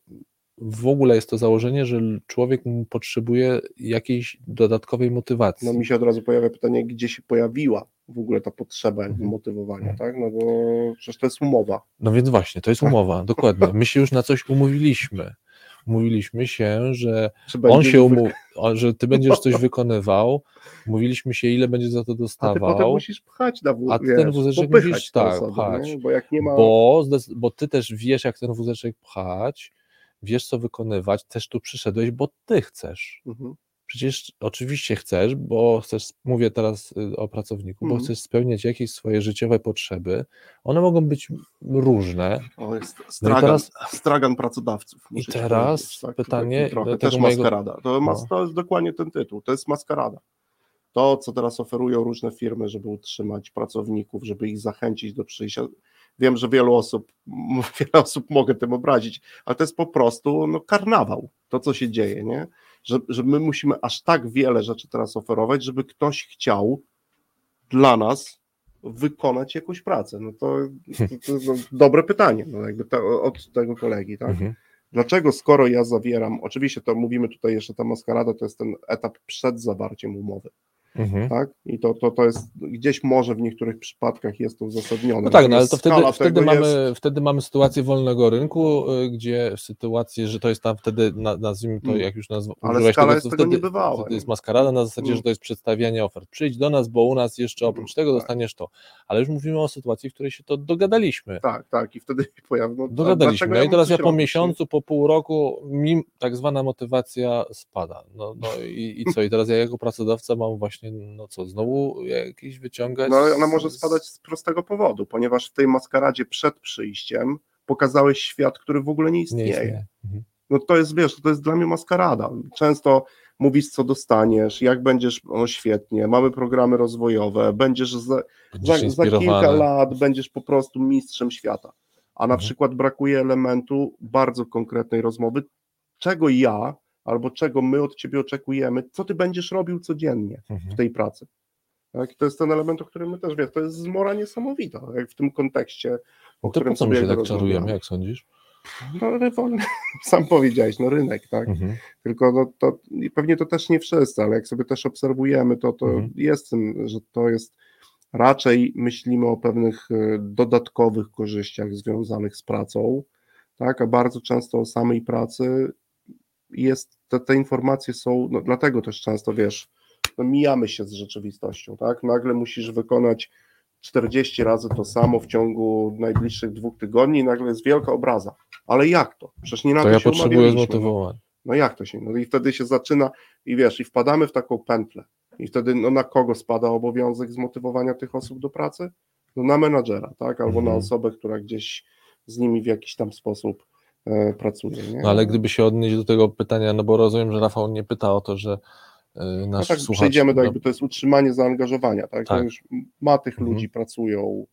w ogóle jest to założenie, że człowiek potrzebuje jakiejś dodatkowej motywacji. No mi się od razu pojawia pytanie, gdzie się pojawiła w ogóle ta potrzeba jakby Mhm. motywowania, tak? No bo przecież to jest umowa. No więc właśnie, to jest umowa, dokładnie. My się już na coś umówiliśmy. Umówiliśmy się, że Czy on będzie się wy- umu... o, że ty będziesz coś wykonywał, umówiliśmy się, ile będzie za to A ty potem dostawał, musisz pchać na wózek, a ty ten wózeczek popychać musisz, tę tak, osobę, pchać. nie? Bo jak nie ma... bo, zdecy- bo ty też wiesz, jak ten wózeczek pchać, wiesz, co wykonywać, też tu przyszedłeś, bo ty chcesz. Mhm. Przecież oczywiście chcesz, bo chcesz, mówię teraz y, o pracowniku, bo Mhm. chcesz spełniać jakieś swoje życiowe potrzeby. One mogą być różne. O, jest stragan, teraz- stragan pracodawców. I muszę ci teraz powiedzieć, tak? pytanie Taki trochę, do tego też mojego- maskarada. To, mas, No. to jest dokładnie ten tytuł, to jest maskarada. To, co teraz oferują różne firmy, żeby utrzymać pracowników, żeby ich zachęcić do przyjścia. Wiem, że wielu osób, wiele osób mogę tym obrazić, ale to jest po prostu no, karnawał, to co się dzieje, nie? Że, że my musimy aż tak wiele rzeczy teraz oferować, żeby ktoś chciał dla nas wykonać jakąś pracę. No to, to, to no, dobre pytanie, no jakby to, od tego kolegi, tak? Mhm. Dlaczego, skoro ja zawieram, oczywiście to mówimy tutaj jeszcze, ta maskarada to jest ten etap przed zawarciem umowy, Mhm. tak? I to, to, to jest, gdzieś może w niektórych przypadkach jest to uzasadnione. No tak, no ale Natomiast to wtedy, skala wtedy, tego mamy, jest, wtedy mamy sytuację wolnego rynku, y, gdzie sytuację, że to jest tam wtedy, na, nazwijmy to, Mm. jak już nazw- Ale użyłeś skala tego, jest to tego wtedy, niebywała, wtedy jest nie? maskarada na zasadzie, Mm. że to jest przedstawianie ofert. Przyjdź do nas, bo u nas jeszcze oprócz tego Tak. dostaniesz to. Ale już mówimy o sytuacji, w której się to dogadaliśmy. tak, tak, i wtedy pojawi, no, a Dogadaliśmy. dlaczego No i mam teraz coś ja po robić, miesiącu, po pół roku, mi tak zwana motywacja spada. No, no i, i co? I teraz ja jako pracodawca mam właśnie, no co, znowu jakieś wyciągać? No ale ona może z- spadać z prostego powodu, ponieważ w tej maskaradzie przed przyjściem pokazałeś świat, który w ogóle nie Nie istnieje. istnieje. Mhm. No to jest, wiesz, to jest dla mnie maskarada. Często mówisz, co dostaniesz, jak będziesz, o świetnie, mamy programy rozwojowe, będziesz za, za, Będziesz za inspirowany. kilka lat będziesz po prostu mistrzem świata. A na Mhm. przykład brakuje elementu bardzo konkretnej rozmowy, czego ja albo czego my od ciebie oczekujemy, co ty będziesz robił codziennie w Mhm. tej pracy. Tak? I to jest ten element, o którym my też wiemy. To jest zmora niesamowita, jak w tym kontekście, o No to którym po co my sobie się jakby tak czarujemy, rozmawiamy. jak sądzisz? No, rewolny, sam powiedziałeś, no rynek, tak? Mhm. Tylko no, to i pewnie to też nie wszyscy, ale jak sobie też obserwujemy, to, to Mhm. jest tym, że to jest raczej myślimy o pewnych e, dodatkowych korzyściach związanych z pracą, tak? A bardzo często o samej pracy jest, te, te informacje są, no dlatego też często, wiesz, no mijamy się z rzeczywistością, tak? Nagle musisz wykonać czterdzieści razy to samo w ciągu najbliższych dwóch tygodni i nagle jest wielka obraza. Ale jak to? Przecież nie na To to ja się potrzebuję umawialiśmy. No. zmotywowania. no jak to się? No i wtedy się zaczyna i wiesz, i wpadamy w taką pętlę. I wtedy no na kogo spada obowiązek zmotywowania tych osób do pracy? No na menadżera, tak? Albo Mhm. na osobę, która gdzieś z nimi w jakiś tam sposób e, pracuje. Nie? No ale gdyby się odnieść do tego pytania, no bo rozumiem, że Rafał nie pyta o to, że y, No nasz tak, słuchacz... przejdziemy do no, jakby to jest utrzymanie zaangażowania, tak? Tak. To już ma tych Mhm. ludzi, pracują,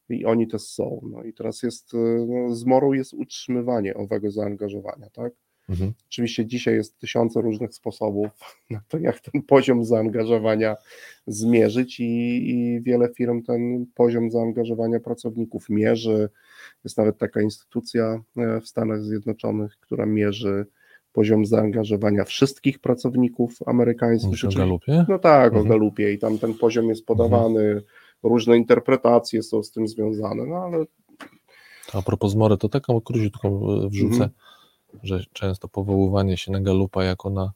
i oni też są. No i teraz jest, no, zmorą jest utrzymywanie owego zaangażowania, tak? Mhm. Oczywiście dzisiaj jest tysiące różnych sposobów na to, jak ten poziom zaangażowania zmierzyć i, i wiele firm ten poziom zaangażowania pracowników mierzy. Jest nawet taka instytucja w Stanach Zjednoczonych, która mierzy poziom zaangażowania wszystkich pracowników amerykańskich. Mówisz o Galupie? No tak, Mhm. o Galupie i tam ten poziom jest podawany, mhm. różne interpretacje są z tym związane, no ale... A propos zmory, to taką króciutką wrzucę, mhm. że często powoływanie się na Galupa jako na,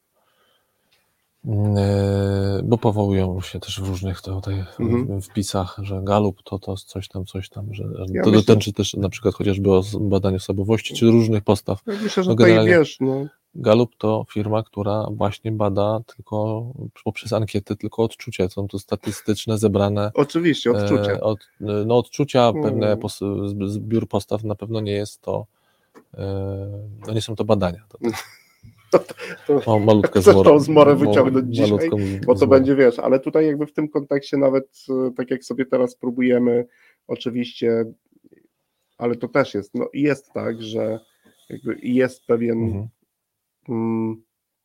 bo powołują się też w różnych tutaj mhm. wpisach, że Galup to, to coś tam, coś tam, że ja to myślę, dotyczy też na przykład chociażby o badaniu osobowości, czy różnych postaw. Ja myślę, że no tutaj wiesz, no. Galup to firma, która właśnie bada tylko poprzez ankiety, tylko odczucia, są to statystyczne, zebrane. Oczywiście, odczucia. E, od, no odczucia, pewne hmm. pos, zbiór postaw, na pewno nie jest to, e, no nie są to badania. To, to, To, to, o, malutka chcesz tą zmorę wyciągnąć mo, dzisiaj, bo to zmorę. będzie, wiesz, ale tutaj jakby w tym kontekście nawet, tak jak sobie teraz próbujemy, oczywiście, ale to też jest, no jest tak, że jakby jest pewien mhm. mm,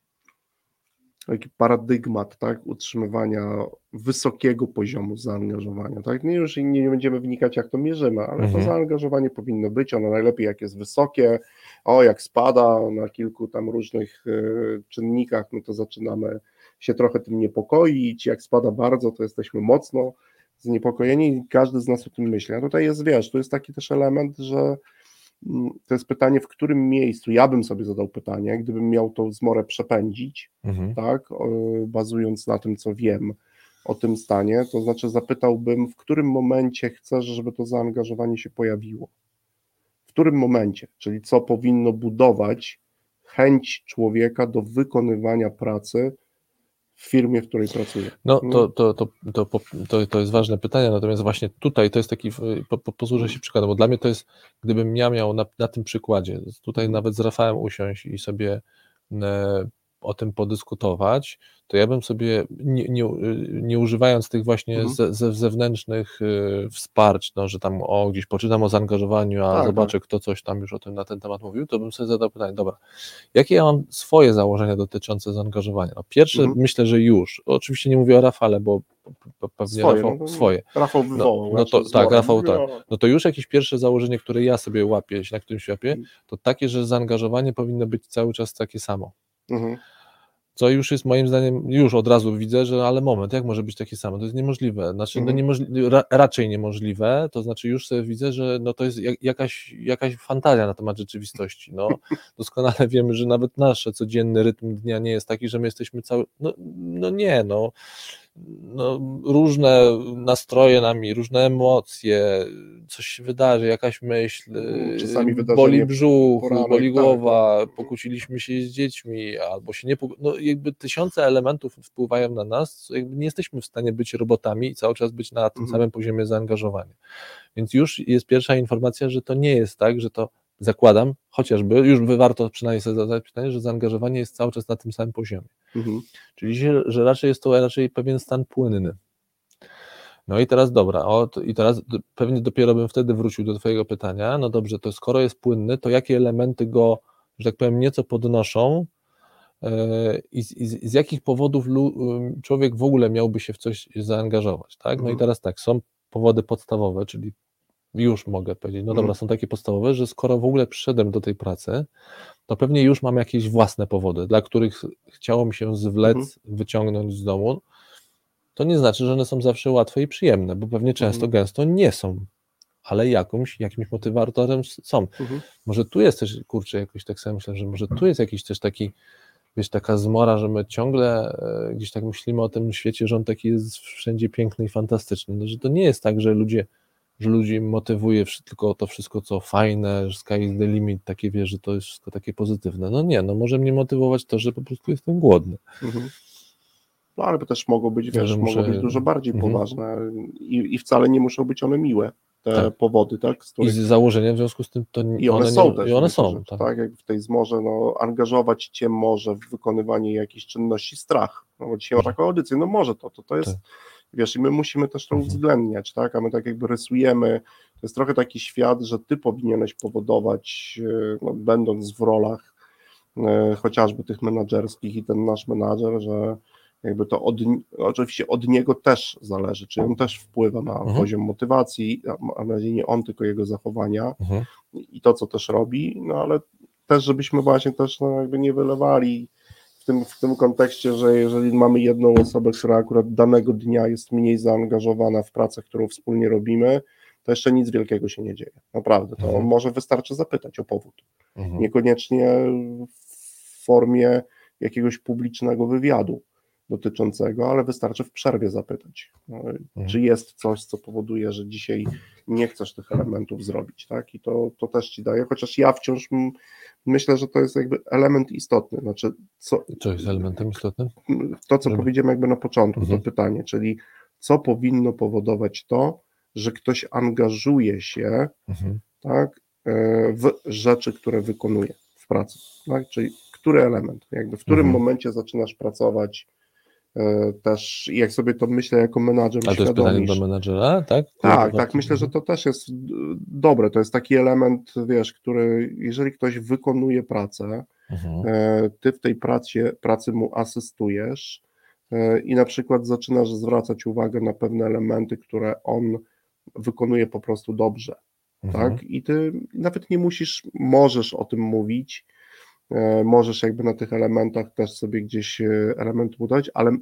taki paradygmat, tak, utrzymywania wysokiego poziomu zaangażowania, tak, nie już nie, nie będziemy wnikać, jak to mierzymy, ale mhm. to zaangażowanie powinno być, ono najlepiej jak jest wysokie, o jak spada na kilku tam różnych y, czynnikach, no to zaczynamy się trochę tym niepokoić, jak spada bardzo, to jesteśmy mocno zniepokojeni i każdy z nas o tym myśli, a tutaj jest, wiesz, to jest taki też element, że to jest pytanie, w którym miejscu, ja bym sobie zadał pytanie, gdybym miał tą zmorę przepędzić, mhm. tak, bazując na tym, co wiem o tym stanie, to znaczy zapytałbym, w którym momencie chcesz, żeby to zaangażowanie się pojawiło. W którym momencie, czyli co powinno budować chęć człowieka do wykonywania pracy w firmie, w której pracuje. No to, to, to, to, to, to jest ważne pytanie, natomiast właśnie tutaj to jest taki, po, po, posłużę się przykładem, bo dla mnie to jest, gdybym ja miał na, na tym przykładzie, tutaj nawet z Rafałem usiąść i sobie e, o tym podyskutować, to ja bym sobie, nie, nie, nie używając tych właśnie mhm. ze, ze zewnętrznych y, wsparć, no, że tam o, gdzieś poczytam o zaangażowaniu, a tak, zobaczę, tak. kto coś tam już o tym na ten temat mówił, to bym sobie zadał pytanie, dobra, jakie ja mam swoje założenia dotyczące zaangażowania? No, pierwsze, mhm. myślę, że już, oczywiście nie mówię o Rafale, bo pewnie swoje, Rafał, no, swoje. Rafał wywołał. No, no to, tak, Rafał, tak. No to już jakieś pierwsze założenie, które ja sobie łapię, na którym się łapię, to takie, że zaangażowanie powinno być cały czas takie samo. Mhm. Co już jest moim zdaniem, już od razu widzę, że ale moment, jak może być takie samo? To jest niemożliwe. Znaczy, mhm. no niemożli- ra, raczej niemożliwe, to znaczy już sobie widzę, że no to jest jak, jakaś, jakaś fantazja na temat rzeczywistości. No, doskonale wiemy, że nawet nasz codzienny rytm dnia nie jest taki, że my jesteśmy cały, no, no nie, no, no różne nastroje nami, różne emocje, coś się wydarzy, jakaś myśl, czasami boli brzuch, poranek, boli głowa, tak, tak. pokłóciliśmy się z dziećmi, albo się nie, no jakby tysiące elementów wpływają na nas, jakby nie jesteśmy w stanie być robotami i cały czas być na tym mhm. samym poziomie zaangażowania. Więc już jest pierwsza informacja, że to nie jest tak, że to zakładam, chociażby, już by warto przynajmniej sobie zadać pytanie, że zaangażowanie jest cały czas na tym samym poziomie. Mhm. Czyli, że raczej jest to raczej pewien stan płynny. No i teraz dobra, o, to, i teraz pewnie dopiero bym wtedy wrócił do twojego pytania, no dobrze, to skoro jest płynny, to jakie elementy go, że tak powiem, nieco podnoszą yy, i, z, i z jakich powodów lu, yy, człowiek w ogóle miałby się w coś zaangażować, tak? No mhm. i teraz tak, są powody podstawowe, czyli już mogę powiedzieć, no dobra, mhm. są takie podstawowe, że skoro w ogóle przyszedłem do tej pracy, to pewnie już mam jakieś własne powody, dla których chciało mi się zwlec, mhm. wyciągnąć z domu. To nie znaczy, że one są zawsze łatwe i przyjemne, bo pewnie często, mhm. gęsto nie są, ale jakimś, jakimś motywatorem są. Mhm. Może tu jest też, kurczę, jakoś tak sobie myślę, że może tu jest jakiś też taki, wiesz, taka zmora, że my ciągle e, gdzieś tak myślimy o tym świecie, że on taki jest wszędzie piękny i fantastyczny, no, że to nie jest tak, że ludzie, że ludzi motywuje tylko to wszystko, co fajne, że sky is the limit, takie, wiesz, że to jest wszystko takie pozytywne. No nie, no może mnie motywować to, że po prostu jestem głodny. Mhm. No ale też mogą być, wiesz, muszę... mogą być dużo bardziej mhm. poważne i, i wcale nie muszą być one miłe. te tak. powody, tak? Z których... I z założeniem w związku z tym to I one, one są nie, też. I one są, rzeczy, tak. tak? Jak w tej zmorze, no, angażować cię może w wykonywanie jakichś czynności strach. No, bo dzisiaj ma taką audycję, no może to, to, to jest, tak. wiesz, i my musimy też to uwzględniać, tak? A my tak jakby rysujemy, to jest trochę taki świat, że ty powinieneś powodować, no, będąc w rolach e, chociażby tych menadżerskich i ten nasz menadżer, że jakby to od, oczywiście od niego też zależy, czy on też wpływa na mhm. poziom motywacji, a na razie nie on, tylko jego zachowania mhm. i to, co też robi, no ale też, żebyśmy właśnie też no, jakby nie wylewali w tym, w tym kontekście, że jeżeli mamy jedną osobę, która akurat danego dnia jest mniej zaangażowana w pracę, którą wspólnie robimy, to jeszcze nic wielkiego się nie dzieje, naprawdę, to mhm. może wystarczy zapytać o powód, mhm. niekoniecznie w formie jakiegoś publicznego wywiadu dotyczącego, ale wystarczy w przerwie zapytać, no, mhm. czy jest coś, co powoduje, że dzisiaj nie chcesz tych elementów zrobić, tak? I to, to też ci daje, chociaż ja wciąż m, myślę, że to jest jakby element istotny, znaczy co... Co jest elementem istotnym? To, co Żeby... powiedziałem jakby na początku, mhm. to pytanie, czyli co powinno powodować to, że ktoś angażuje się, mhm. tak, w rzeczy, które wykonuje w pracy, tak? Czyli który element, jakby w którym mhm. momencie zaczynasz pracować też, jak sobie to myślę jako menadżer. A to jest pytanie do menadżera, tak? Tak, tak, tak, myślę, że to też jest dobre, to jest taki element, wiesz, który, jeżeli ktoś wykonuje pracę, mhm. ty w tej pracy, pracy mu asystujesz i na przykład zaczynasz zwracać uwagę na pewne elementy, które on wykonuje po prostu dobrze, mhm. tak? I ty nawet nie musisz, możesz o tym mówić, możesz jakby na tych elementach też sobie gdzieś element budować, ale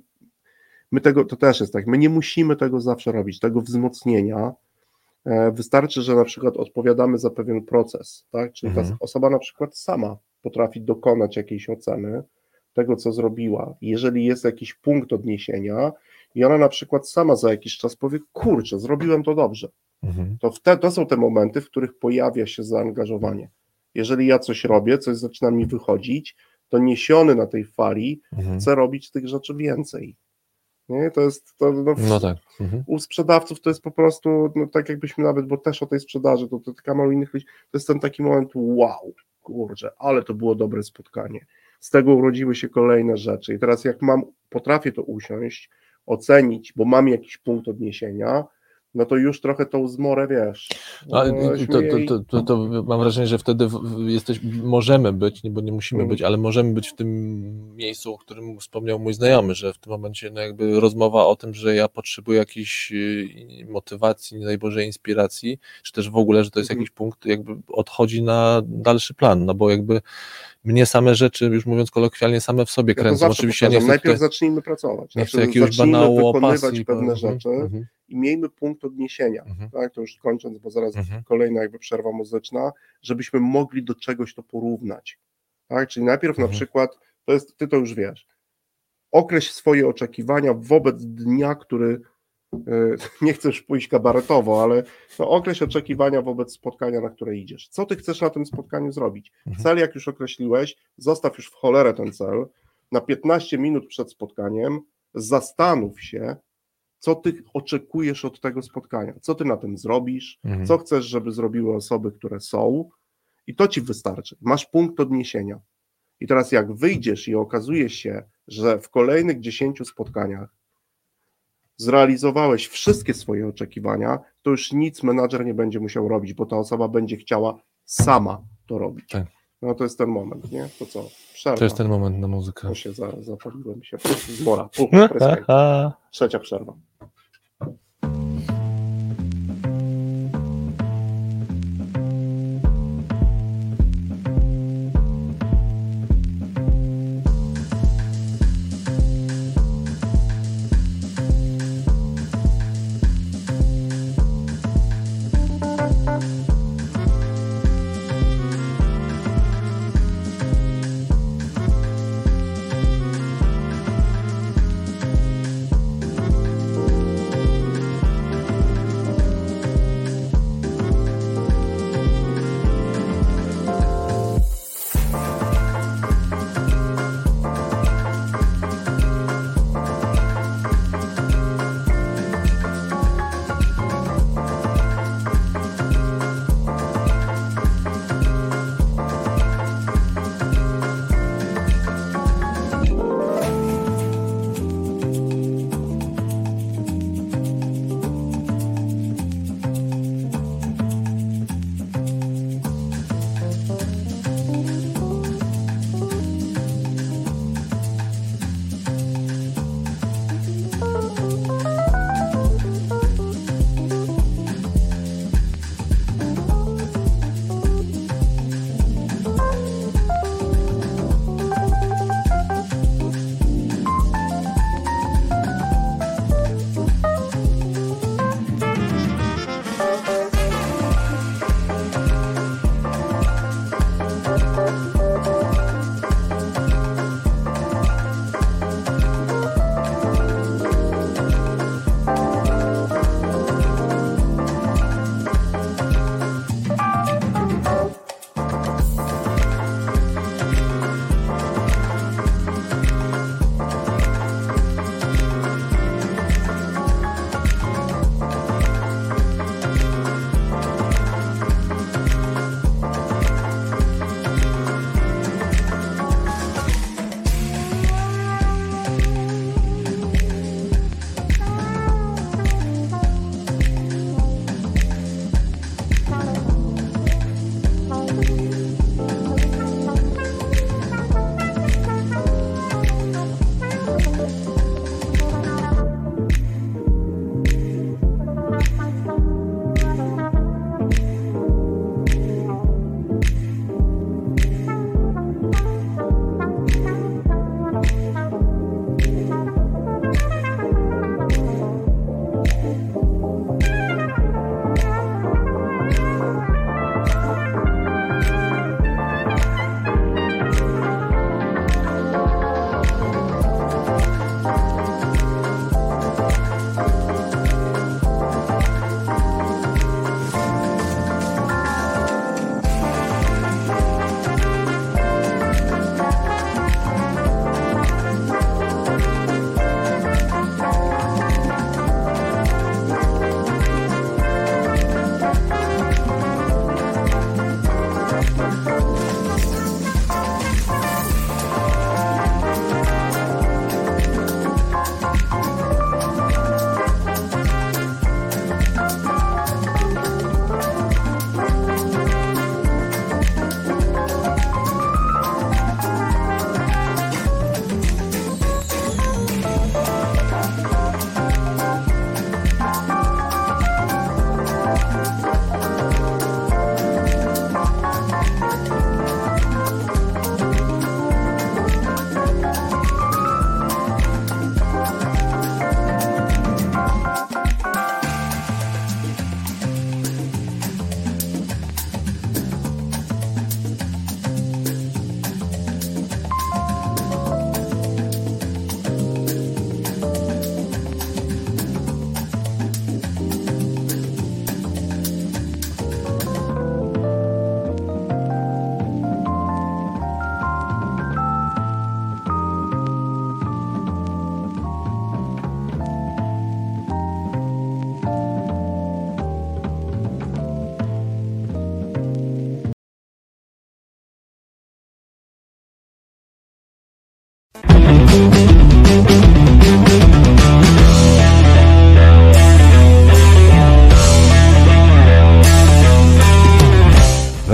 my tego, to też jest tak, my nie musimy tego zawsze robić, tego wzmocnienia, wystarczy, że na przykład odpowiadamy za pewien proces, tak, czyli mhm. ta osoba na przykład sama potrafi dokonać jakiejś oceny tego, co zrobiła, jeżeli jest jakiś punkt odniesienia i ona na przykład sama za jakiś czas powie, kurczę, zrobiłem to dobrze, mhm. to, te, to są te momenty, w których pojawia się zaangażowanie. Jeżeli ja coś robię, coś zaczyna mi wychodzić, to niesiony na tej fali mhm. chcę robić tych rzeczy więcej. Nie? To jest, to, no, no tak. Mhm. U sprzedawców to jest po prostu, no tak jakbyśmy nawet, bo też o tej sprzedaży, to, to tak mało innych ludzi, to jest ten taki moment, wow, kurczę, ale to było dobre spotkanie. Z tego urodziły się kolejne rzeczy i teraz jak mam, potrafię to usiąść, ocenić, bo mam jakiś punkt odniesienia, no to już trochę tą zmorę, wiesz. No, to, to, to, to, to mam wrażenie, że wtedy jesteś, możemy być, bo nie musimy mm. być, ale możemy być w tym miejscu, o którym wspomniał mój znajomy, że w tym momencie no jakby rozmowa o tym, że ja potrzebuję jakiejś motywacji, nie daj Boże inspiracji, czy też w ogóle, że to jest mm. jakiś punkt, jakby odchodzi na dalszy plan, no bo jakby mnie same rzeczy, już mówiąc kolokwialnie, same w sobie ja kręcą. Oczywiście nie chcę najpierw tutaj, zacznijmy pracować. Nie znaczy, chcę jakiegoś banału wykonywać pasji, pewne bo... rzeczy mm-hmm. i miejmy punkt odniesienia. Mm-hmm. Tak, to już kończąc, bo zaraz mm-hmm. kolejna jakby przerwa muzyczna, żebyśmy mogli do czegoś to porównać. Tak, czyli najpierw mm-hmm. na przykład, to jest, ty to już wiesz, określ swoje oczekiwania wobec dnia, który nie chcesz pójść kabaretowo, ale no, określ oczekiwania wobec spotkania, na które idziesz. Co ty chcesz na tym spotkaniu zrobić? Cel, jak już określiłeś, zostaw już w cholerę ten cel. Na piętnaście minut przed spotkaniem zastanów się, co ty oczekujesz od tego spotkania, co ty na tym zrobisz, mhm. co chcesz, żeby zrobiły osoby, które są i to ci wystarczy. Masz punkt odniesienia. I teraz jak wyjdziesz i okazuje się, że w kolejnych dziesięciu spotkaniach zrealizowałeś wszystkie swoje oczekiwania, to już nic menadżer nie będzie musiał robić, bo ta osoba będzie chciała sama to robić. Tak. No to jest ten moment, nie? To co? Przerwa. To jest ten moment na muzykę. To się za, zapaliłem się. Zmora. Trzecia przerwa.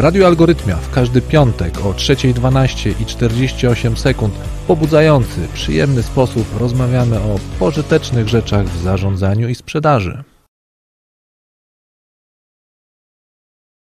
Radio Algorytmia w każdy piątek o trzeciej dwanaście i czterdzieści osiem sekund w pobudzający, przyjemny sposób rozmawiamy o pożytecznych rzeczach w zarządzaniu i sprzedaży.